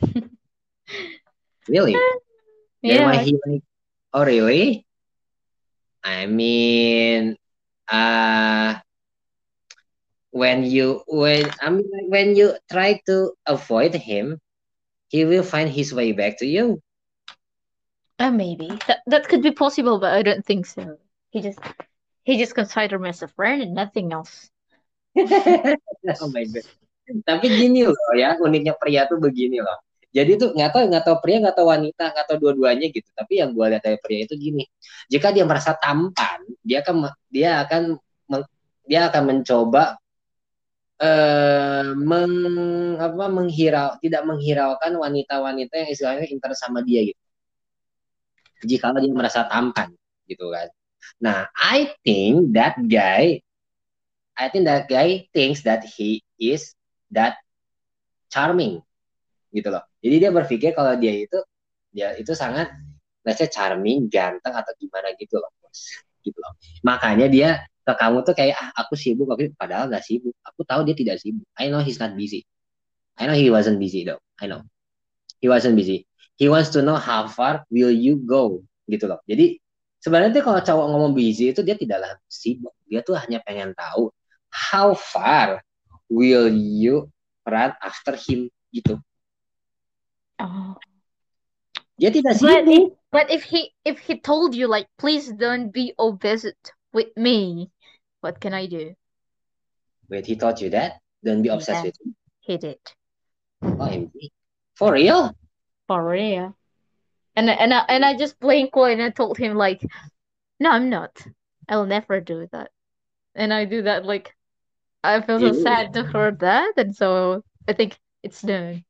Really? Then why Yeah. he like, oh really? I mean, uh, when you when I mean like, when you try to avoid him, he will find his way back to you. Uh, maybe that that could be possible, but I don't think so. He just he just consider me as a friend and nothing else. Oh my god. Tapi gini loh ya, uniknya pria tuh begini loh. Jadi tuh nggak tahu nggak tahu pria nggak tahu wanita nggak tahu dua-duanya gitu. Tapi yang gue lihat dari pria itu gini, jika dia merasa tampan, dia akan dia akan dia akan mencoba eh meng, apa menghirau tidak menghiraukan wanita-wanita yang istilahnya interest sama dia gitu. Jika dia merasa tampan gitu kan. Nah, I think that guy, I think that guy thinks that he is that charming gitu loh. Jadi dia berpikir kalau dia itu dia itu sangat let's say charming, ganteng atau gimana gitu loh, bos. Gitu loh. Makanya dia ke kamu tuh kayak ah aku sibuk, tapi padahal nggak sibuk. Aku tahu dia tidak sibuk. I know he's not busy. I know he wasn't busy though. I know he wasn't busy. He wants to know how far will you go gitu loh. Jadi sebenarnya tuh kalau cowok ngomong busy itu dia tidaklah sibuk. Dia tuh hanya pengen tahu how far will you run after him gitu. Oh. Dia tidak But if sibuk. but if he if he told you like please don't be obsessed with me, what can I do? Wait, he taught you that? Don't be obsessed Yeah, with him. he did. O M G. For real? For real. And and I, and I just playing coy and I told him like, no, I'm not. I'll never do that. And I do that like I feel so Ew. sad to hear that, and so I think it's done.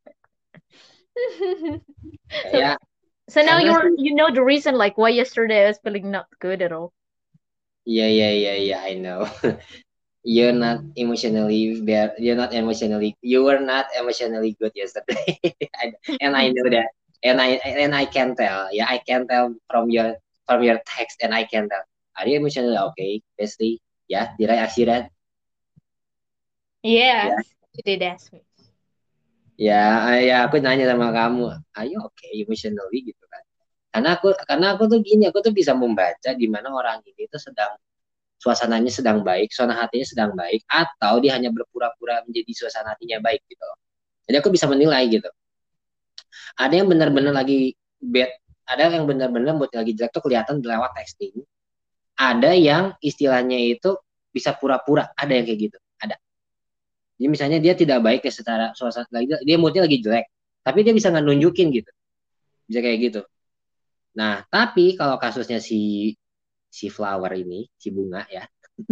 So Ya, so now karena you're sih, you know the reason like why yesterday I was feeling not good at all. ya, ya, ya, ya, I know. You're not emotionally there. You're not emotionally. You were not emotionally good yesterday, and I know that. And I and I can tell. Yeah, I can tell from your from your text, and I can tell. Are you emotionally okay, Bestie? Yeah, did I ask you that? Yes, Ya, you did ask me. ya, ya. Aku nanya sama kamu. Are you okay emotionally gitu kan? Karena aku karena aku tuh gini, aku tuh bisa membaca di mana orang ini tuh sedang suasananya sedang baik, suasana hatinya sedang baik, atau dia hanya berpura-pura menjadi suasana hatinya baik gitu loh. Jadi aku bisa menilai gitu. Ada yang benar-benar lagi bad, ada yang benar-benar mood lagi jelek tuh kelihatan lewat texting. Ada yang istilahnya itu bisa pura-pura, ada yang kayak gitu, ada. Jadi misalnya dia tidak baik ya secara suasana lagi, dia moodnya lagi jelek, tapi dia bisa nggak nunjukin gitu, bisa kayak gitu. Nah, tapi kalau kasusnya si si flower ini, si bunga ya,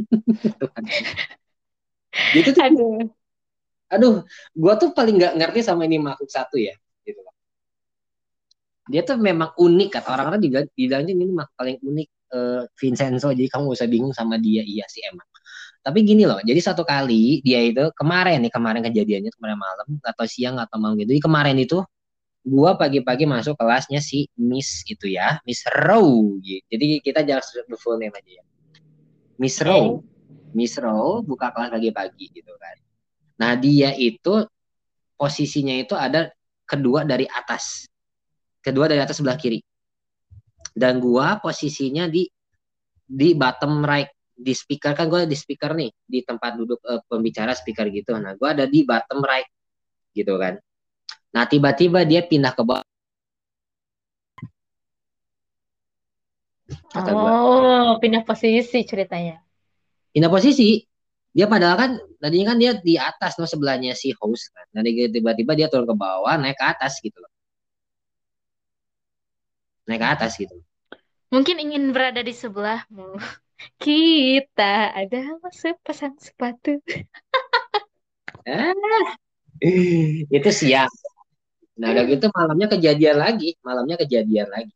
dia tuh Aduh. aduh, gua tuh paling nggak ngerti sama ini makhluk satu ya, gitu loh. Dia tuh memang unik kata orang-orang juga bilangnya ini makhluk paling unik eh, Vincenzo. Jadi kamu gak usah bingung sama dia, iya sih emang. Tapi gini loh, jadi satu kali dia itu kemarin nih kemarin kejadiannya kemarin malam atau siang atau malam gitu. Jadi kemarin itu gua pagi-pagi masuk kelasnya si Miss itu ya, Miss Row. Gitu. Jadi kita jangan sebut full name aja ya. Miss Okay. Row, Miss Row buka kelas pagi-pagi gitu kan. Nah dia itu posisinya itu ada kedua dari atas, kedua dari atas sebelah kiri, dan gua posisinya di di bottom right di speaker kan gua di speaker nih di tempat duduk eh, pembicara speaker gitu. Nah gua ada di bottom right gitu kan. Nah tiba-tiba dia pindah ke bawah, kata gua Oh, pindah posisi ceritanya. pindah posisi. Dia padahal kan tadinya kan dia di atas no sebelahnya si host kan. Nah tiba-tiba dia turun ke bawah naik ke atas gitu loh, naik ke atas gitu. Mungkin ingin berada di sebelahmu. Kita adalah sepasang sepatu. Ah, itu siang. Nah udah gitu malamnya kejadian lagi, malamnya kejadian lagi,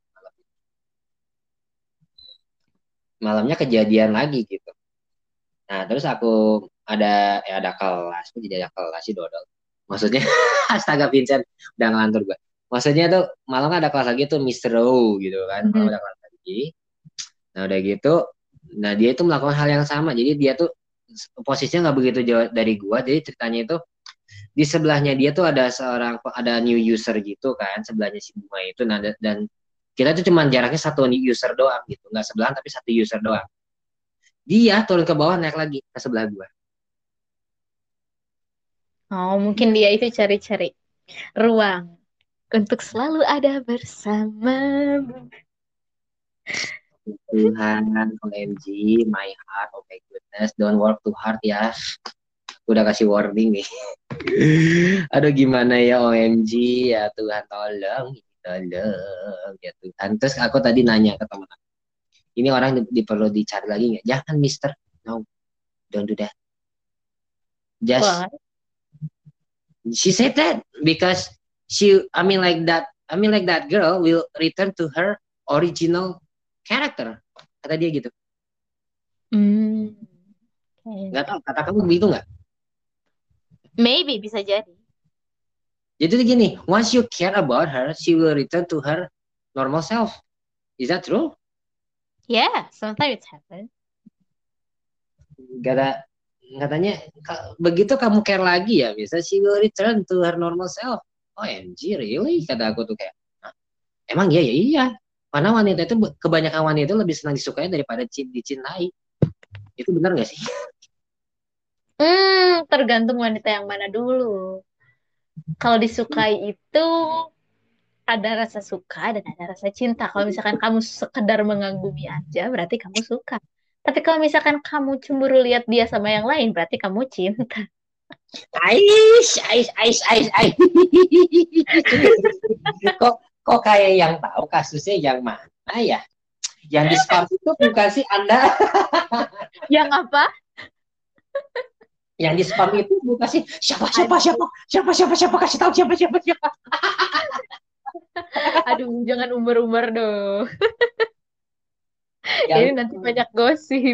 malamnya kejadian lagi gitu. Nah terus aku ada ya ada kelas, aku jadi ada kelas sih dodol. Maksudnya astaga Vincent udah ngelantur gue. Maksudnya tuh malam ada kelas lagi tuh Mister Row gitu kan, malam Mhm. ada kelas lagi. Nah udah gitu, nah dia itu melakukan hal yang sama. Jadi dia tuh posisinya nggak begitu jauh dari gua. Jadi ceritanya itu di sebelahnya dia tuh ada seorang ada new user gitu kan sebelahnya si bunga itu. Nah dan kita tuh cuma jaraknya satu new user doang gitu, nggak sebelahan tapi satu user doang. Dia turun ke bawah naik lagi ke sebelah gua. Oh, mungkin dia itu cari-cari ruang untuk selalu ada bersamamu. Tuhan, O M G, my heart, oh my goodness, don't work too hard ya. Udah kasih warning nih. Aduh gimana ya O M G, ya Tuhan tolong, tolong ya Tuhan. Terus aku tadi nanya ke teman aku, ini orang di, di- perlu dicari lagi nggak? Jangan Mister, no, don't do that. Just Why? she said that because she, I mean like that, I mean like that girl will return to her original character. Kata dia gitu. Hmm. Okay. Nggak tahu, kata kamu begitu nggak? Maybe bisa jadi. Jadi gini, once you care about her, she will return to her normal self. Is that true? Yeah, sometimes it happens. Kata katanya "Ka- begitu kamu care lagi ya, bisa she will return to her normal self. O M G, really? Kata aku tuh kayak, "Hah? Emang iya ya iya. Karena wanita itu kebanyakan wanita itu lebih senang disukai daripada ci- dicintai. Itu benar nggak sih?" Hmm, tergantung wanita yang mana dulu. Kalau disukai itu ada rasa suka dan ada rasa cinta. Kalau misalkan kamu sekedar mengagumi aja, berarti kamu suka. Tapi kalau misalkan kamu cemburu lihat dia sama yang lain, berarti kamu cinta. Ais, ais, ais, ais, ais. Kok kok kayak yang tahu kasusnya yang mana ya? Yang di spam itu bukan sih Anda? Yang apa? Yang di spam itu bukan sih siapa siapa Aduh, siapa siapa siapa siapa kasih tahu siapa siapa siapa. aduh, jangan umbar-umbar dong. Ini Yang nanti banyak gosip.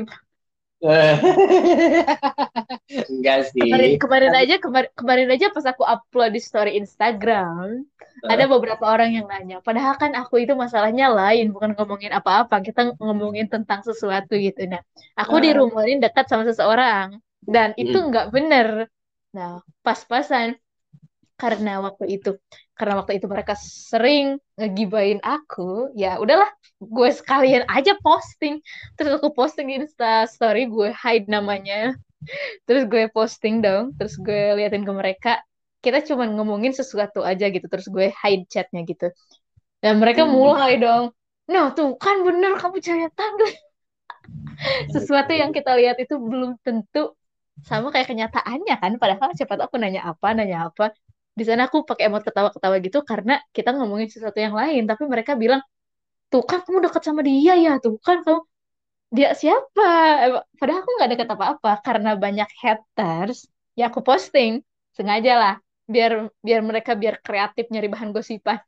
enggak Kemarin sih. kemarin Tapi aja kemar- kemarin aja pas aku upload di story Instagram, ada uh, beberapa orang yang nanya. Padahal kan aku itu masalahnya lain, bukan ngomongin apa-apa. Kita ngomongin tentang sesuatu gitu. Nah, aku uh, dirumorin dekat sama seseorang dan itu mm, nggak bener. Nah, pas-pasan karena waktu itu karena waktu itu mereka sering ngegibain aku, ya udahlah, gue sekalian aja posting. Terus aku posting di Insta story, gue hide namanya. Terus gue posting dong, terus gue liatin ke mereka, kita cuma ngomongin sesuatu aja gitu, terus gue hide chatnya gitu. Dan mereka mm. mulai dong, no tuh kan bener kamu coretan. Sesuatu yang kita lihat itu belum tentu sama kayak kenyataannya kan, padahal siapa tahu aku nanya apa nanya apa di sana aku pakai emot ketawa-ketawa gitu karena kita ngomongin sesuatu yang lain, tapi mereka bilang tuh kan kamu deket sama dia ya, tuh kan kamu, dia siapa. Eh, padahal aku nggak deket apa-apa, karena banyak haters ya aku posting sengaja lah, biar biar mereka biar kreatif nyari bahan gosipan.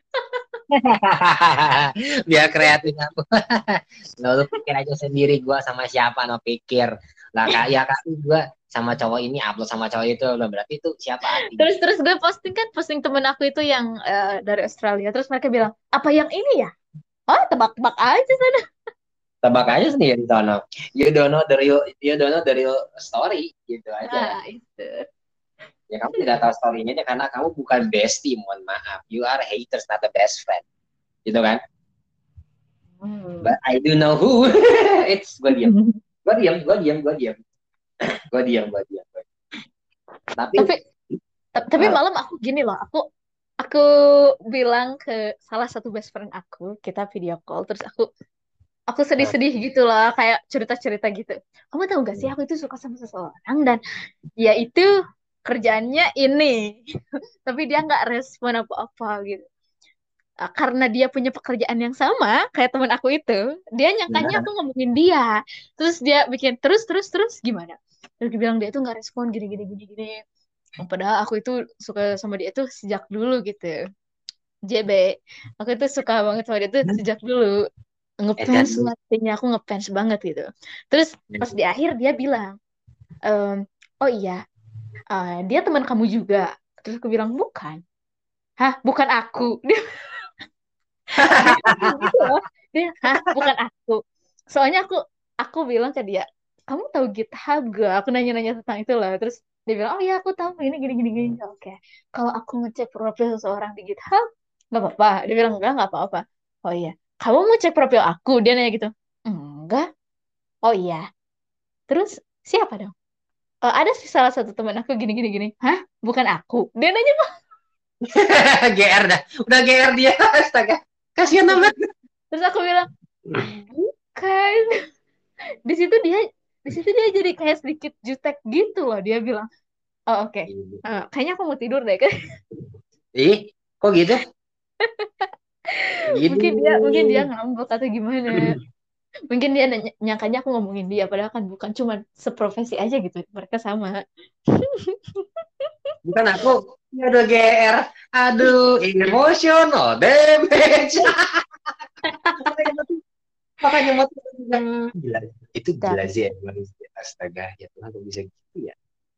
Biar kreatif aku. Lalu pikir aja sendiri gua sama siapa no pikir. Lah kak ya kak gua sama cowok ini upload sama cowok itu udah berarti itu siapa artinya? terus terus gue posting kan, posting temen aku itu yang eh, dari Australia, terus mereka bilang apa yang ini ya, oh tebak-tebak aja sana. Tebak aja sendiri sono. You don't know the real you don't know the real story gitu aja. Nah itu. Ya kamu tidak tahu storynya aja karena kamu bukan bestie, mohon maaf. You are haters, not the best friend. Gitu kan? Hmm. But I do know who. It's gue diam. Gue diam, gue diam, gue diam. Gue diam, gue diam. Tapi tapi ta- tapi uh, malam aku gini loh, aku aku bilang ke salah satu best friend aku, kita video call, terus aku aku uh, sedih-sedih gitu lah, kayak cerita-cerita gitu. Kamu tahu gak sih aku itu suka sama seseorang dan ya itu kerjaannya ini, tapi dia nggak respon apa-apa gitu. Ah, karena dia punya pekerjaan yang sama kayak teman aku itu, dia nyangkanya aku ngomongin dia, terus dia bikin terus terus terus gimana, terus dia bilang dia tuh nggak respon gini gini gini gini. Padahal aku itu suka sama dia tuh sejak dulu gitu. J B, aku itu suka banget sama dia tuh sejak dulu. Ngefans dan artinya aku ngefans banget gitu. Terus pas di akhir dia bilang, ehm, oh iya, eh, dia teman kamu juga. Terus aku bilang bukan. Hah, bukan aku. Dia ngomong gitu loh. Dia, hah, bukan aku. Soalnya aku aku bilang ke dia, kamu tahu GitHub gak? Aku nanya-nanya tentang itu lah. Terus dia bilang, oh iya aku tahu ini gini gini gini. Oke. Kalau aku ngecek profil seseorang di GitHub, nggak apa-apa. Dia bilang enggak, nggak apa-apa. Oh iya. Kamu mau cek profil aku? Dia nanya gitu. Enggak. Oh iya. Terus siapa dong? "Eh, ada sih salah satu teman aku gini gini gini. Hah? Bukan aku. Dia nanya. G R dah. Udah G R dia. Astaga. Kasihan Terus, amat. terus aku bilang, bukan. Di situ dia di situ dia jadi kayak sedikit jutek gitu loh, dia bilang oh oke. Eh, kayaknya aku mau tidur deh kan. Ih, kok gitu? Gitu. mungkin dia mungkin dia ngambek atau gimana. Mungkin dia nanya- nyangkanya aku ngomongin dia, padahal kan bukan, cuma seprofesi aja gitu. Mereka sama. Bukan aku, ya udah G R, aduh, emotional damage. Makanya mati, makanya mati. Gila, itu gila Dan sih emang sih. Astaga, ya Tuhan kok bisa gitu ya.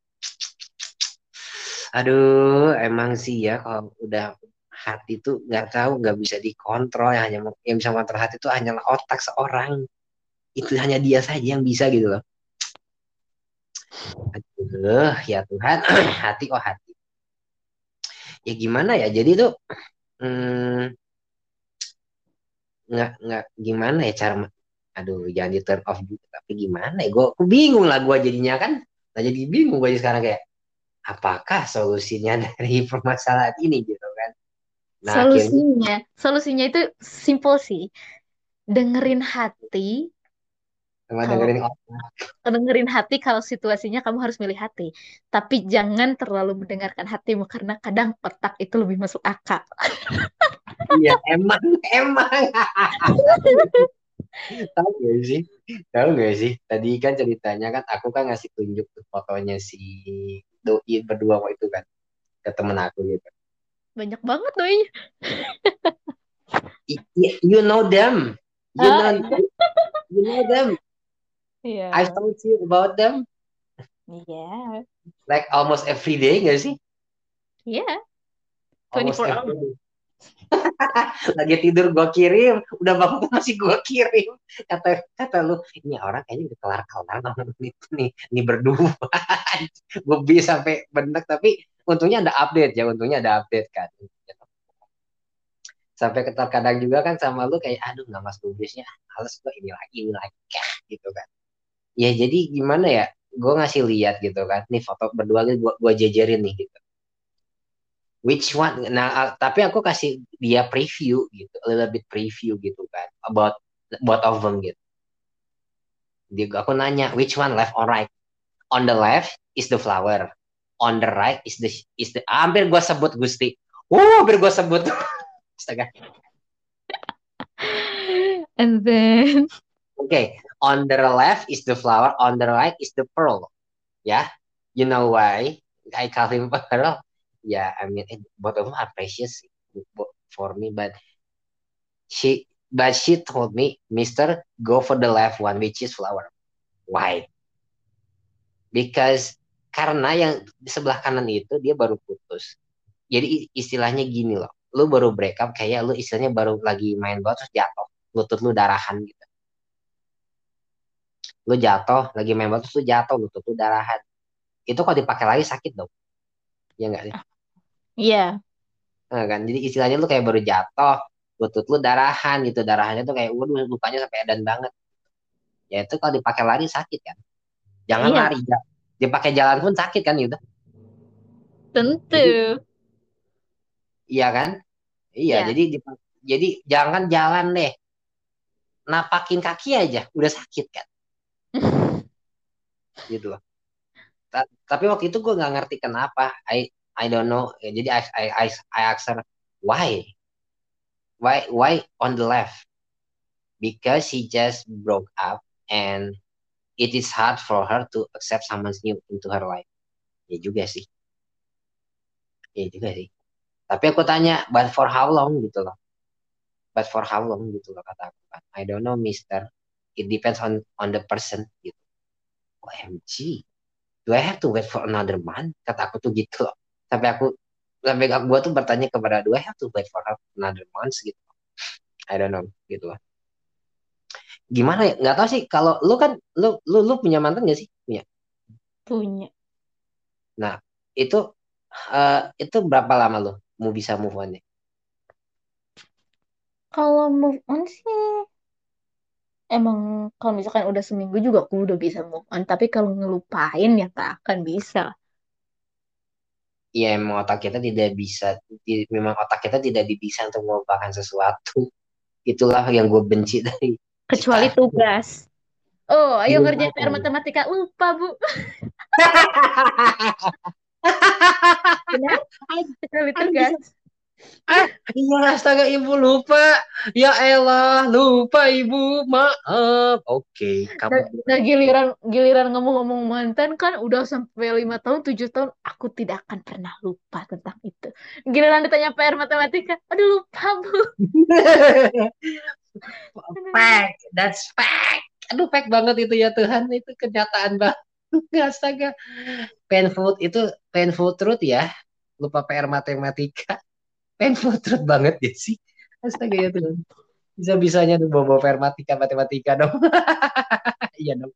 Aduh, emang sih ya kalau udah hati tuh nggak tahu nggak bisa dikontrol yang hanya yang bisa mengontrol hati itu hanyalah otak seorang. Itu hanya dia saja yang bisa gitu loh. Aduh, ya Tuhan, hati oh hati. Ya gimana ya? Jadi tuh hmm, nggak nggak gimana ya cara aduh jangan di turn off juga tapi gimana ya gue aku bingung lah gue jadinya kan nah jadi bingung gue sekarang kayak apakah solusinya dari permasalahan ini gitu kan nah akhirnya solusinya, solusinya itu simple sih. Dengerin hati. sama Kalau dengerin orang dengerin hati, kalau situasinya kamu harus milih hati. Tapi jangan terlalu mendengarkan hatimu karena kadang otak itu lebih masuk akal. iya emang emang tahu gak sih tahu gak sih tadi kan ceritanya kan aku kan ngasih tunjuk tuh fotonya si doi berdua waktu itu kan ke temen aku gitu. Banyak banget doi. I- i- you know them you Ah, know iya. you know them I've Iya. told you about them Iya. like almost every day gak sih Iya. almost dua puluh empat every hour. day lagi tidur gua kirim udah bangun masih gua kirim kata kata lu ini orang kayaknya udah kelar kelar banget nih nih nih berdua gue bisa sampai benek tapi untungnya ada update ya untungnya ada update kan sampai terkadang juga kan sama lu kayak aduh nggak mas publisnya males gua ini lagi ini lagi Kah, gitu kan ya jadi gimana ya gue ngasih lihat gitu kan nih foto berdua gua gua jejerin nih gitu which one nah uh, tapi aku kasih dia preview gitu a little bit preview gitu kan about both of them gitu dia aku nanya which one left or right on the left is the flower on the right is the is the hampir gue sebut Gusti uh hampir gue sebut astaga And then, oke okay. On the left is the flower on the right is the pearl ya yeah? You know why I call him pearl yeah I mean it, both of them are precious for me but she but she told me, Mister, go for the left one, which is flower. Why? Because karena yang di sebelah kanan itu dia baru putus. Jadi istilahnya gini loh, lu baru break up kayak lu istilahnya baru lagi main bola terus jatuh, lutut lu darahan gitu. Lu jatuh, lagi main bola terus lu jatuh, lutut lu darahan. Itu kalau dipakai lagi sakit dong. Ya enggak sih? iya. Nah, kan? Jadi istilahnya lu kayak baru jatuh, lutut lu darahan gitu. Darahannya tuh kayak waduh lukanya sampai edan banget. Ya itu kalau dipakai lari sakit kan. Jangan Iya, lari, ya. Dipakai jalan pun sakit kan gitu. Jadi tentu. iya kan? Iya, Ya. jadi dipa- jadi jangan jalan deh. Napakin kaki aja udah sakit kan gitu loh. Ta- tapi waktu itu gue nggak ngerti kenapa. I I don't know. Ya, jadi I I I, I ask her, why why why on the left because she just broke up and it is hard for her to accept someone new into her life. Ya juga sih. Ya juga sih. Tapi aku tanya, but for how long gitu loh. But for how long gitu loh kata aku kan. I don't know, Mister. It depends on on the person gitu. O M G. Do I have to wait for another month? Kata aku tuh gitu loh. Sampai aku sampai aku gua tuh bertanya kepada do I have to wait for another month gitu. I don't know gitu loh. Gimana ya? Nggak tahu sih kalau lu kan lu lu lu punya mantan gak sih? Punya. Punya. Nah, itu eh, itu berapa lama lu mau bisa move on ya? Kalau move on sih, emang kalau misalkan udah seminggu juga aku udah bisa move on. Tapi kalau ngelupain ya tak akan bisa. Ya emang otak kita tidak bisa, di- memang otak kita tidak bisa untuk melupakan sesuatu. Itulah yang gue benci dari Kecuali ciptaan tugas. Oh, ayo ngerjain P R dilupakan. matematika. Lupa, Bu. Benar? Aduh, Kecuali aduh bisa tugas. Ah, iya astaga ibu lupa. Ya elah, lupa ibu. Maaf. Oke, kamu Nah, nah, giliran giliran ngomong-ngomong mantan kan udah sampai lima tahun, tujuh tahun, aku tidak akan pernah lupa tentang itu. Giliran ditanya P R matematika, aduh lupa bu. fact, that's fact. Aduh, fact banget itu ya Tuhan, itu kenyataan banget. Astaga. Painful itu painful truth ya. Lupa P R matematika. Painful truth banget ya sih. Astaga ya Tuhan. Bisa-bisanya tuh bawa P R matematika matematika dong. Iya dong.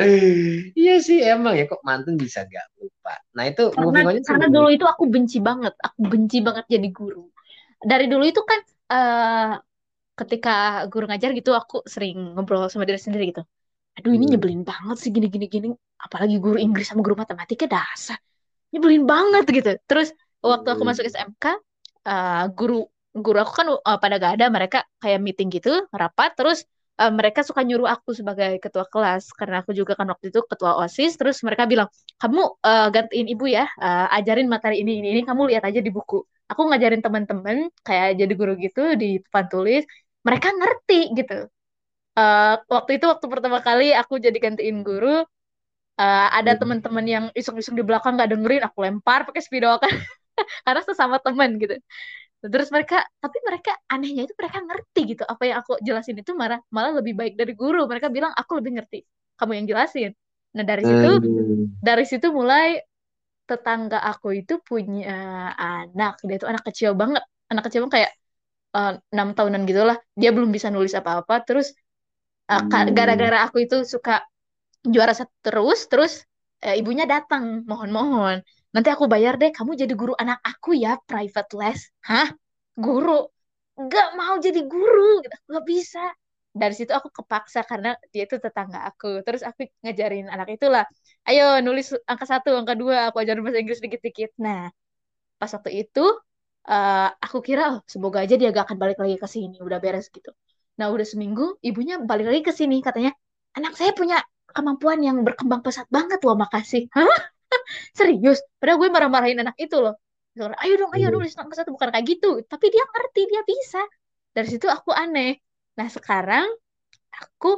Iya sih emang ya kok mantan bisa gak lupa. Nah itu Karena moving on karena dulu sebenarnya. itu aku benci banget, aku benci banget jadi guru. Dari dulu itu kan eh ketika guru ngajar gitu, aku sering ngobrol sama diri sendiri gitu. Aduh ini Hmm. nyebelin banget sih gini gini gini. Apalagi guru Inggris sama guru matematika dasar. Nyebelin banget gitu. Terus waktu aku masuk Hmm. S M K, eh, guru guru aku kan eh, pada gak ada, mereka kayak meeting gitu, rapat, terus eh, mereka suka nyuruh aku sebagai ketua kelas karena aku juga kan waktu itu ketua OSIS, terus mereka bilang, "Kamu eh, gantiin ibu ya, eh, ajarin materi ini ini ini, kamu lihat aja di buku." Aku ngajarin teman-teman kayak jadi guru gitu di papan tulis, mereka ngerti gitu. Eh, waktu itu waktu pertama kali aku jadi gantiin guru, eh, ada Hmm. teman-teman yang iseng-iseng di belakang nggak dengerin, aku lempar pakai spidol kan karena sesama teman gitu. Terus mereka, tapi mereka anehnya itu mereka ngerti gitu apa yang aku jelasin itu malah malah lebih baik dari guru. Mereka bilang aku lebih ngerti, kamu yang jelasin. Nah dari situ Hmm. dari situ mulai tetangga aku itu punya anak, dia itu anak kecil banget, anak kecil banget kayak eh, enam tahunan gitulah. Dia belum bisa nulis apa-apa. Terus eh, ka- Hmm. gara-gara aku itu suka juara satu terus, terus eh, ibunya datang, mohon-mohon, nanti aku bayar deh, kamu jadi guru anak aku ya, private les. Hah? Guru? Nggak mau jadi guru, gitu. Nggak bisa. Dari situ aku kepaksa karena dia itu tetangga aku. Terus aku ngajarin anak itulah, ayo nulis angka satu, angka dua, aku ajarin bahasa Inggris dikit-dikit. Nah, pas waktu itu eh, aku kira oh, semoga aja dia gak akan balik lagi ke sini, udah beres gitu. Nah udah seminggu ibunya balik lagi ke sini, katanya anak saya punya kemampuan yang berkembang pesat banget loh, makasih. Hah? Serius? Padahal gue marah-marahin anak itu loh. Soalnya, ayo dong, ayo Hmm. nulis angka satu, bukan kayak gitu. Tapi dia ngerti, dia bisa. Dari situ aku aneh. Nah sekarang aku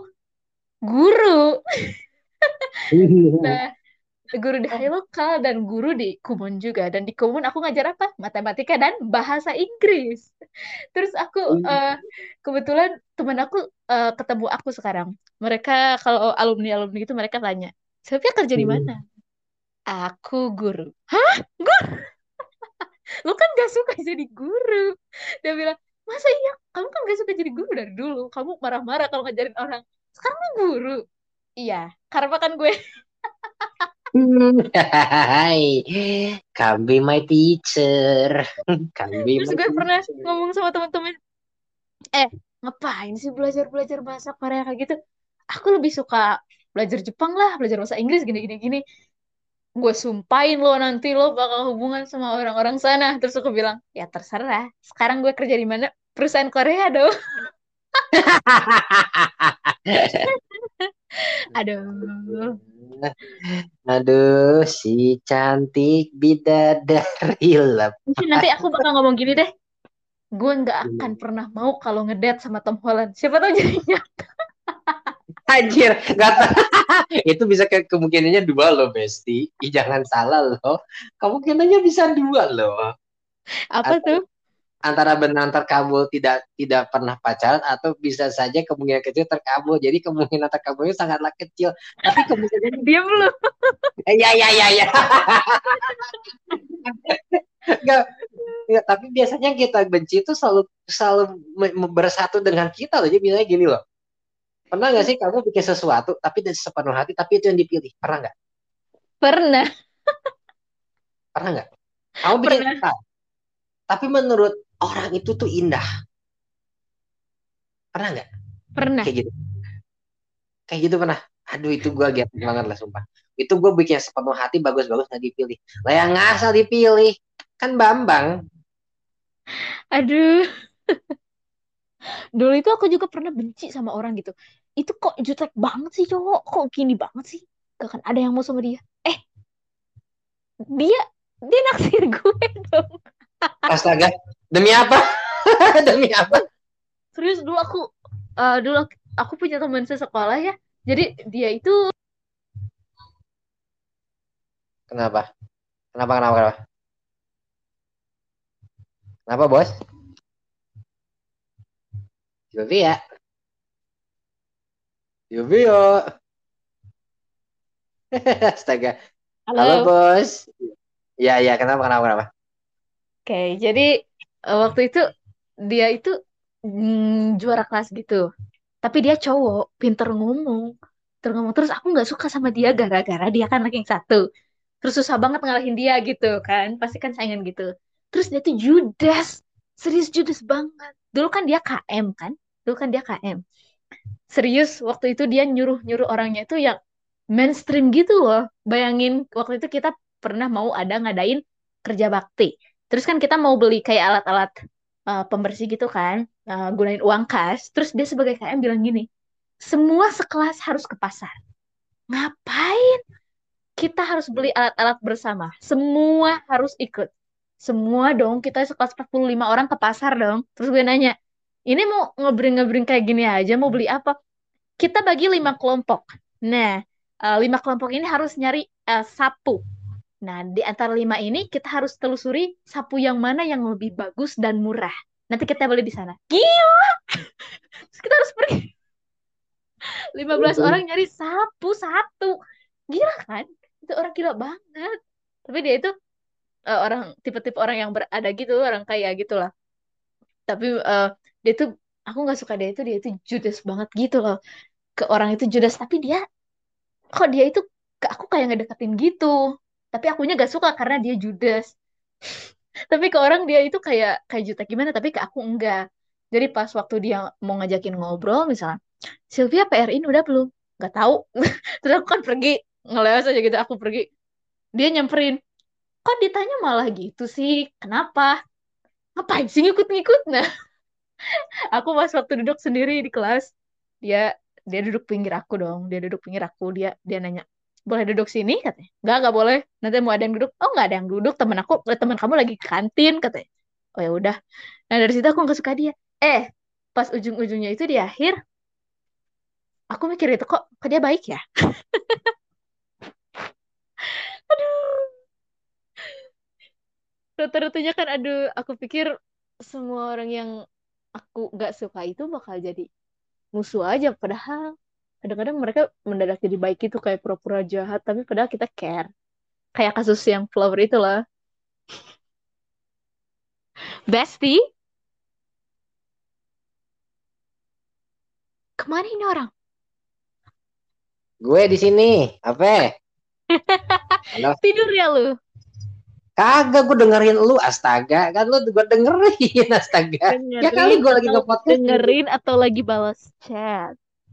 guru. Nah, guru di high lokal dan guru di Kumon juga. Dan di Kumon aku ngajar apa? Matematika dan bahasa Inggris. Terus aku eh, kebetulan teman aku eh, ketemu aku sekarang. Mereka kalau alumni-alumni itu mereka tanya, "Sylvia kerja di mana?" Aku guru. Hah? Guru? Lu kan gak suka jadi guru. Dia bilang, "Masa iya? Kamu kan gak suka jadi guru dari dulu. Kamu marah-marah kalau ngajarin orang. Sekarang lu guru." Iya, karena kan gue. Hai, come be my teacher. Come be Terus my gue pernah teacher. ngomong sama teman-teman, eh ngapain sih belajar-belajar bahasa Korea kayak gitu? Aku lebih suka belajar Jepang lah, belajar bahasa Inggris gini gini gini. Gue sumpahin lo nanti lo bakal hubungan sama orang-orang sana. Terus aku bilang, ya terserah. Sekarang gue kerja di mana? Perusahaan Korea dong. Aduh. Aduh, si cantik bidadari lap. Mungkin nanti aku bakal ngomong gini deh. Gue nggak akan pernah mau kalau ngedate sama Tom Holland. Siapa tahu jadinya. Anjir, nggak tahu. Itu bisa ke kemungkinannya dua loh, Besti. Ih, jangan salah loh. Kemungkinannya bisa dua loh. Apa tuh? Antara benar terkabul tidak tidak pernah pacaran atau bisa saja kemungkinan kecil terkabul. Jadi kemungkinan terkabulnya sangatlah kecil. Tapi kemungkinannya Dia belum. eh, ya ya ya ya. Enggak, enggak, tapi biasanya kita benci itu selalu selalu bersatu dengan kita loh. Jadi biasanya gini loh. Pernah nggak sih kamu bikin sesuatu tapi dari sepenuh hati tapi itu yang dipilih? Pernah nggak? Pernah. Pernah nggak? Kamu bikin Pernah. ah, tapi menurut orang itu tuh indah. Pernah nggak? Pernah. Kayak gitu. Kayak gitu pernah. Aduh itu gue getek banget lah sumpah. Itu gue bikin sepenuh hati bagus-bagus nggak dipilih. Lah yang ngasal dipilih kan Bambang. Aduh. Dulu itu aku juga pernah benci sama orang gitu. Itu kok jutek banget sih cowok? Kok gini banget sih? Gak akan ada yang mau sama dia. Eh, dia dia naksir gue dong. Astaga. Demi apa? Demi apa? Serius dulu aku eh, dulu aku punya teman sesekolah ya. Jadi dia itu Kenapa? Kenapa, kenapa, kenapa? Kenapa, bos? Sylvia. Sylvia. Astaga. Halo, halo. bos. Ya, ya, kenapa, kenapa, kenapa? Oke, jadi eh, waktu itu dia itu mm, juara kelas gitu. Tapi dia cowok, pinter ngomong. Pinter ngomong. Terus aku nggak suka sama dia gara-gara dia kan ranking satu. Terus susah banget ngalahin dia gitu kan. Pasti kan saingan gitu. Terus dia tuh judes. Serius judes banget. Dulu kan dia K M kan. Dulu kan dia K M. Serius, waktu itu dia nyuruh-nyuruh orangnya itu yang mainstream gitu loh. Bayangin, waktu itu kita pernah mau ada ngadain kerja bakti. Terus kan kita mau beli kayak alat-alat uh, pembersih gitu kan, uh, gunain uang kas. Terus dia sebagai K M bilang gini, semua sekelas harus ke pasar. Ngapain? Kita harus beli alat-alat bersama. Semua harus ikut. Semua dong, kita sekelas empat puluh lima orang ke pasar dong. Terus gue nanya, ini mau ngebring-ngebring kayak gini aja, mau beli apa? Kita bagi lima kelompok. Nah, eh, lima kelompok ini harus nyari eh, sapu. Nah, di antara lima ini kita harus telusuri sapu yang mana yang lebih bagus dan murah. Nanti kita beli di sana. Gila, kita harus pergi lima belas orang nyari sapu satu. Gila kan? Itu orang gila banget. Tapi dia itu eh, orang tipe-tipe orang yang berada gitu, orang kaya gitu lah. Tapi eh, dia tuh aku nggak suka dia itu dia itu judes banget gitu loh. Ke orang itu judes tapi dia kok dia itu ke aku kayak ngedeketin gitu. Tapi akunya gak suka karena dia judes. Tapi ke orang dia itu kayak kayak jutek gimana, tapi ke aku enggak. Jadi pas waktu dia mau ngajakin ngobrol misalnya, Sylvia P R-in udah belum? Gak tahu. Terus aku kan pergi, ngelewas aja gitu, aku pergi. Dia nyamperin, kok ditanya malah gitu sih? Kenapa? Ngapain sih ngikut-ngikut? Nah, aku pas waktu duduk sendiri di kelas, dia dia duduk pinggir aku dong, dia duduk pinggir aku, dia dia nanya, boleh duduk sini katanya. Nggak nggak boleh, nanti mau ada yang duduk. Oh nggak ada yang duduk, temen aku eh, temen kamu lagi ke kantin katanya. Oh ya udah. Nah dari situ aku nggak suka dia. Eh pas ujung-ujungnya itu di akhir aku mikir itu kok kok dia baik ya. Aduh, rata-ratanya kan aduh, aku pikir semua orang yang aku nggak suka itu bakal jadi musuh aja, padahal kadang-kadang mereka mendadak jadi baik itu kayak pura-pura jahat, tapi padahal kita care. Kayak kasus yang Flower itu lah. Bestie, kemana ini orang? Gue di sini. Apa? Halo. Tidur ya lu? Kagak, gue dengerin lu, astaga. Kan lu gue dengerin, astaga. Ya kali Dengerin gue lagi atau nge-podcast. dengerin atau lagi balas chat?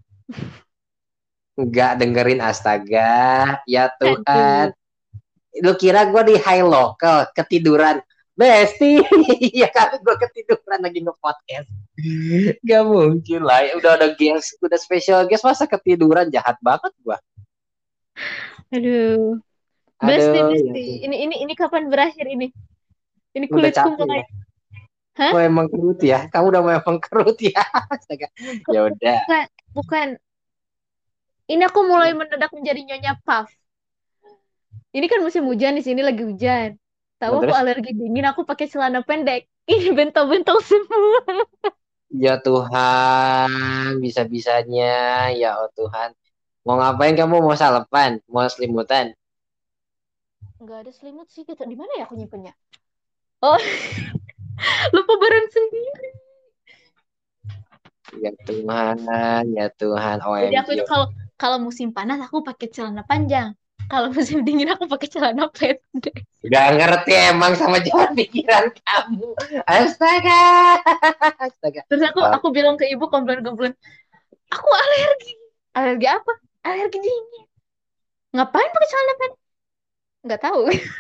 Enggak dengerin, astaga. Ya Tuhan. Aduh. Lu kira gue di high local, ketiduran. Besti. Ya kali gue ketiduran lagi nge-podcast. Gak mungkin lah. Ya, udah ada guest, udah special guest, masa ketiduran, jahat banget gue. Aduh. Bestie, Aduh, ya bestie. tuh. Ini ini ini kapan berakhir ini? Ini Udah kulitku capek mulai. ya. Hah? Gue emang kerut ya. Kamu udah memang kerut ya. Astaga. Kok Ya udah. bukan bukan. Ini aku mulai mendadak menjadi nyonya Puff. Ini kan musim hujan di sini lagi hujan. Tahu Nah, aku terus alergi dingin, aku pakai celana pendek. Ini bentol-bentol semua. ya Tuhan, bisa-bisanya ya oh Tuhan. Mau ngapain kamu? Mau sarapan? Mau selimutan? Nggak ada selimut sih. Gitu. Di mana ya aku nyimpennya? Oh, lupa barang sendiri. Ya Tuhan, ya Tuhan, Jadi aku O M G. itu kalau kalau musim panas aku pakai celana panjang. Kalau musim dingin aku pakai celana pendek. Gak ngerti emang sama jalan pikiran kamu. Astaga. Astaga. Terus aku Oh, aku bilang ke ibu komplain-komplain, aku alergi. Alergi apa? Alergi dingin. Ngapain pakai celana pendek? Nggak tahu.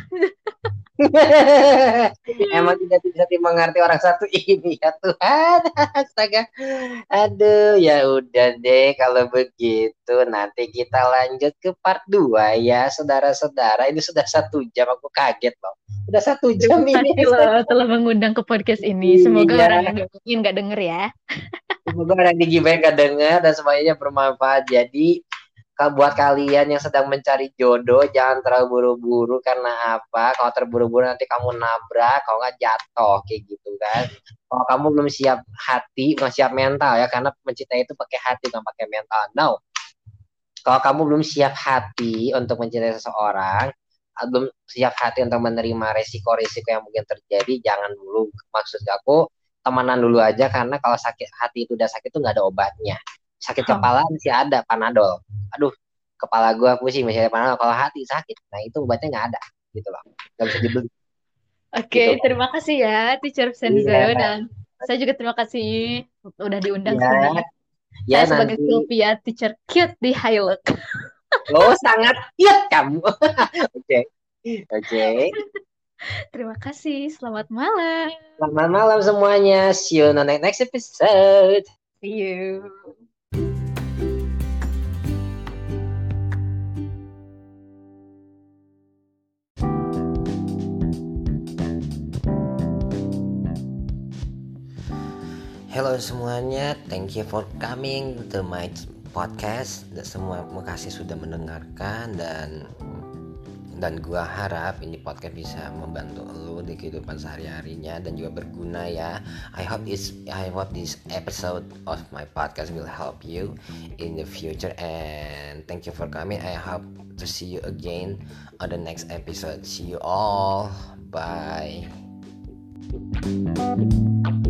emang tidak bisa dimengerti orang satu ini ya Tuhan. Astaga. Aduh, ya udah deh kalau begitu nanti kita lanjut ke part dua ya saudara-saudara. Ini sudah satu jam, aku kaget loh. Udah satu jam Terima ini. kasih loh telah mengundang ke podcast ini. Semoga Iya. orang yang dengerin nggak denger ya. Semoga orang di Giveaway gak denger dan semuanya bermanfaat. Jadi Kak, buat kalian yang sedang mencari jodoh, jangan terlalu buru-buru. Karena apa? Kalau terburu-buru nanti kamu nabrak, kalau nggak jatuh kayak gitu kan. Kalau kamu belum siap hati, belum siap mental ya, karena mencintai itu pakai hati, bukan pakai mental. No. Kalau kamu belum siap hati untuk mencintai seseorang, belum siap hati untuk menerima resiko-resiko yang mungkin terjadi, jangan dulu. Maksud aku, temenan dulu aja, karena kalau sakit hati itu udah sakit itu nggak ada obatnya. Sakit kepala masih ada Panadol. Aduh, kepala gue pusing masih ada Panadol. Kalau hati sakit, nah itu obatnya nggak ada, gitu loh. Nggak bisa dibeli. Oke, Gitu. terima kasih ya, Teacher Senzo. Iya, Dan saya juga terima kasih udah diundang sini. iya, ya Saya sebagai nanti. Sylvia, teacher cute di Hilux. Oh, sangat cute kamu. Oke, oke. Terima kasih. Selamat malam. Selamat malam semuanya. See you on the next episode. See you. Hello semuanya, thank you for coming to my podcast. Dan semua makasih sudah mendengarkan dan dan gua harap ini podcast bisa membantu lu di kehidupan sehari-harinya dan juga berguna ya. I hope this I hope this episode of my podcast will help you in the future and thank you for coming. I hope to see you again on the next episode. See you all. Bye.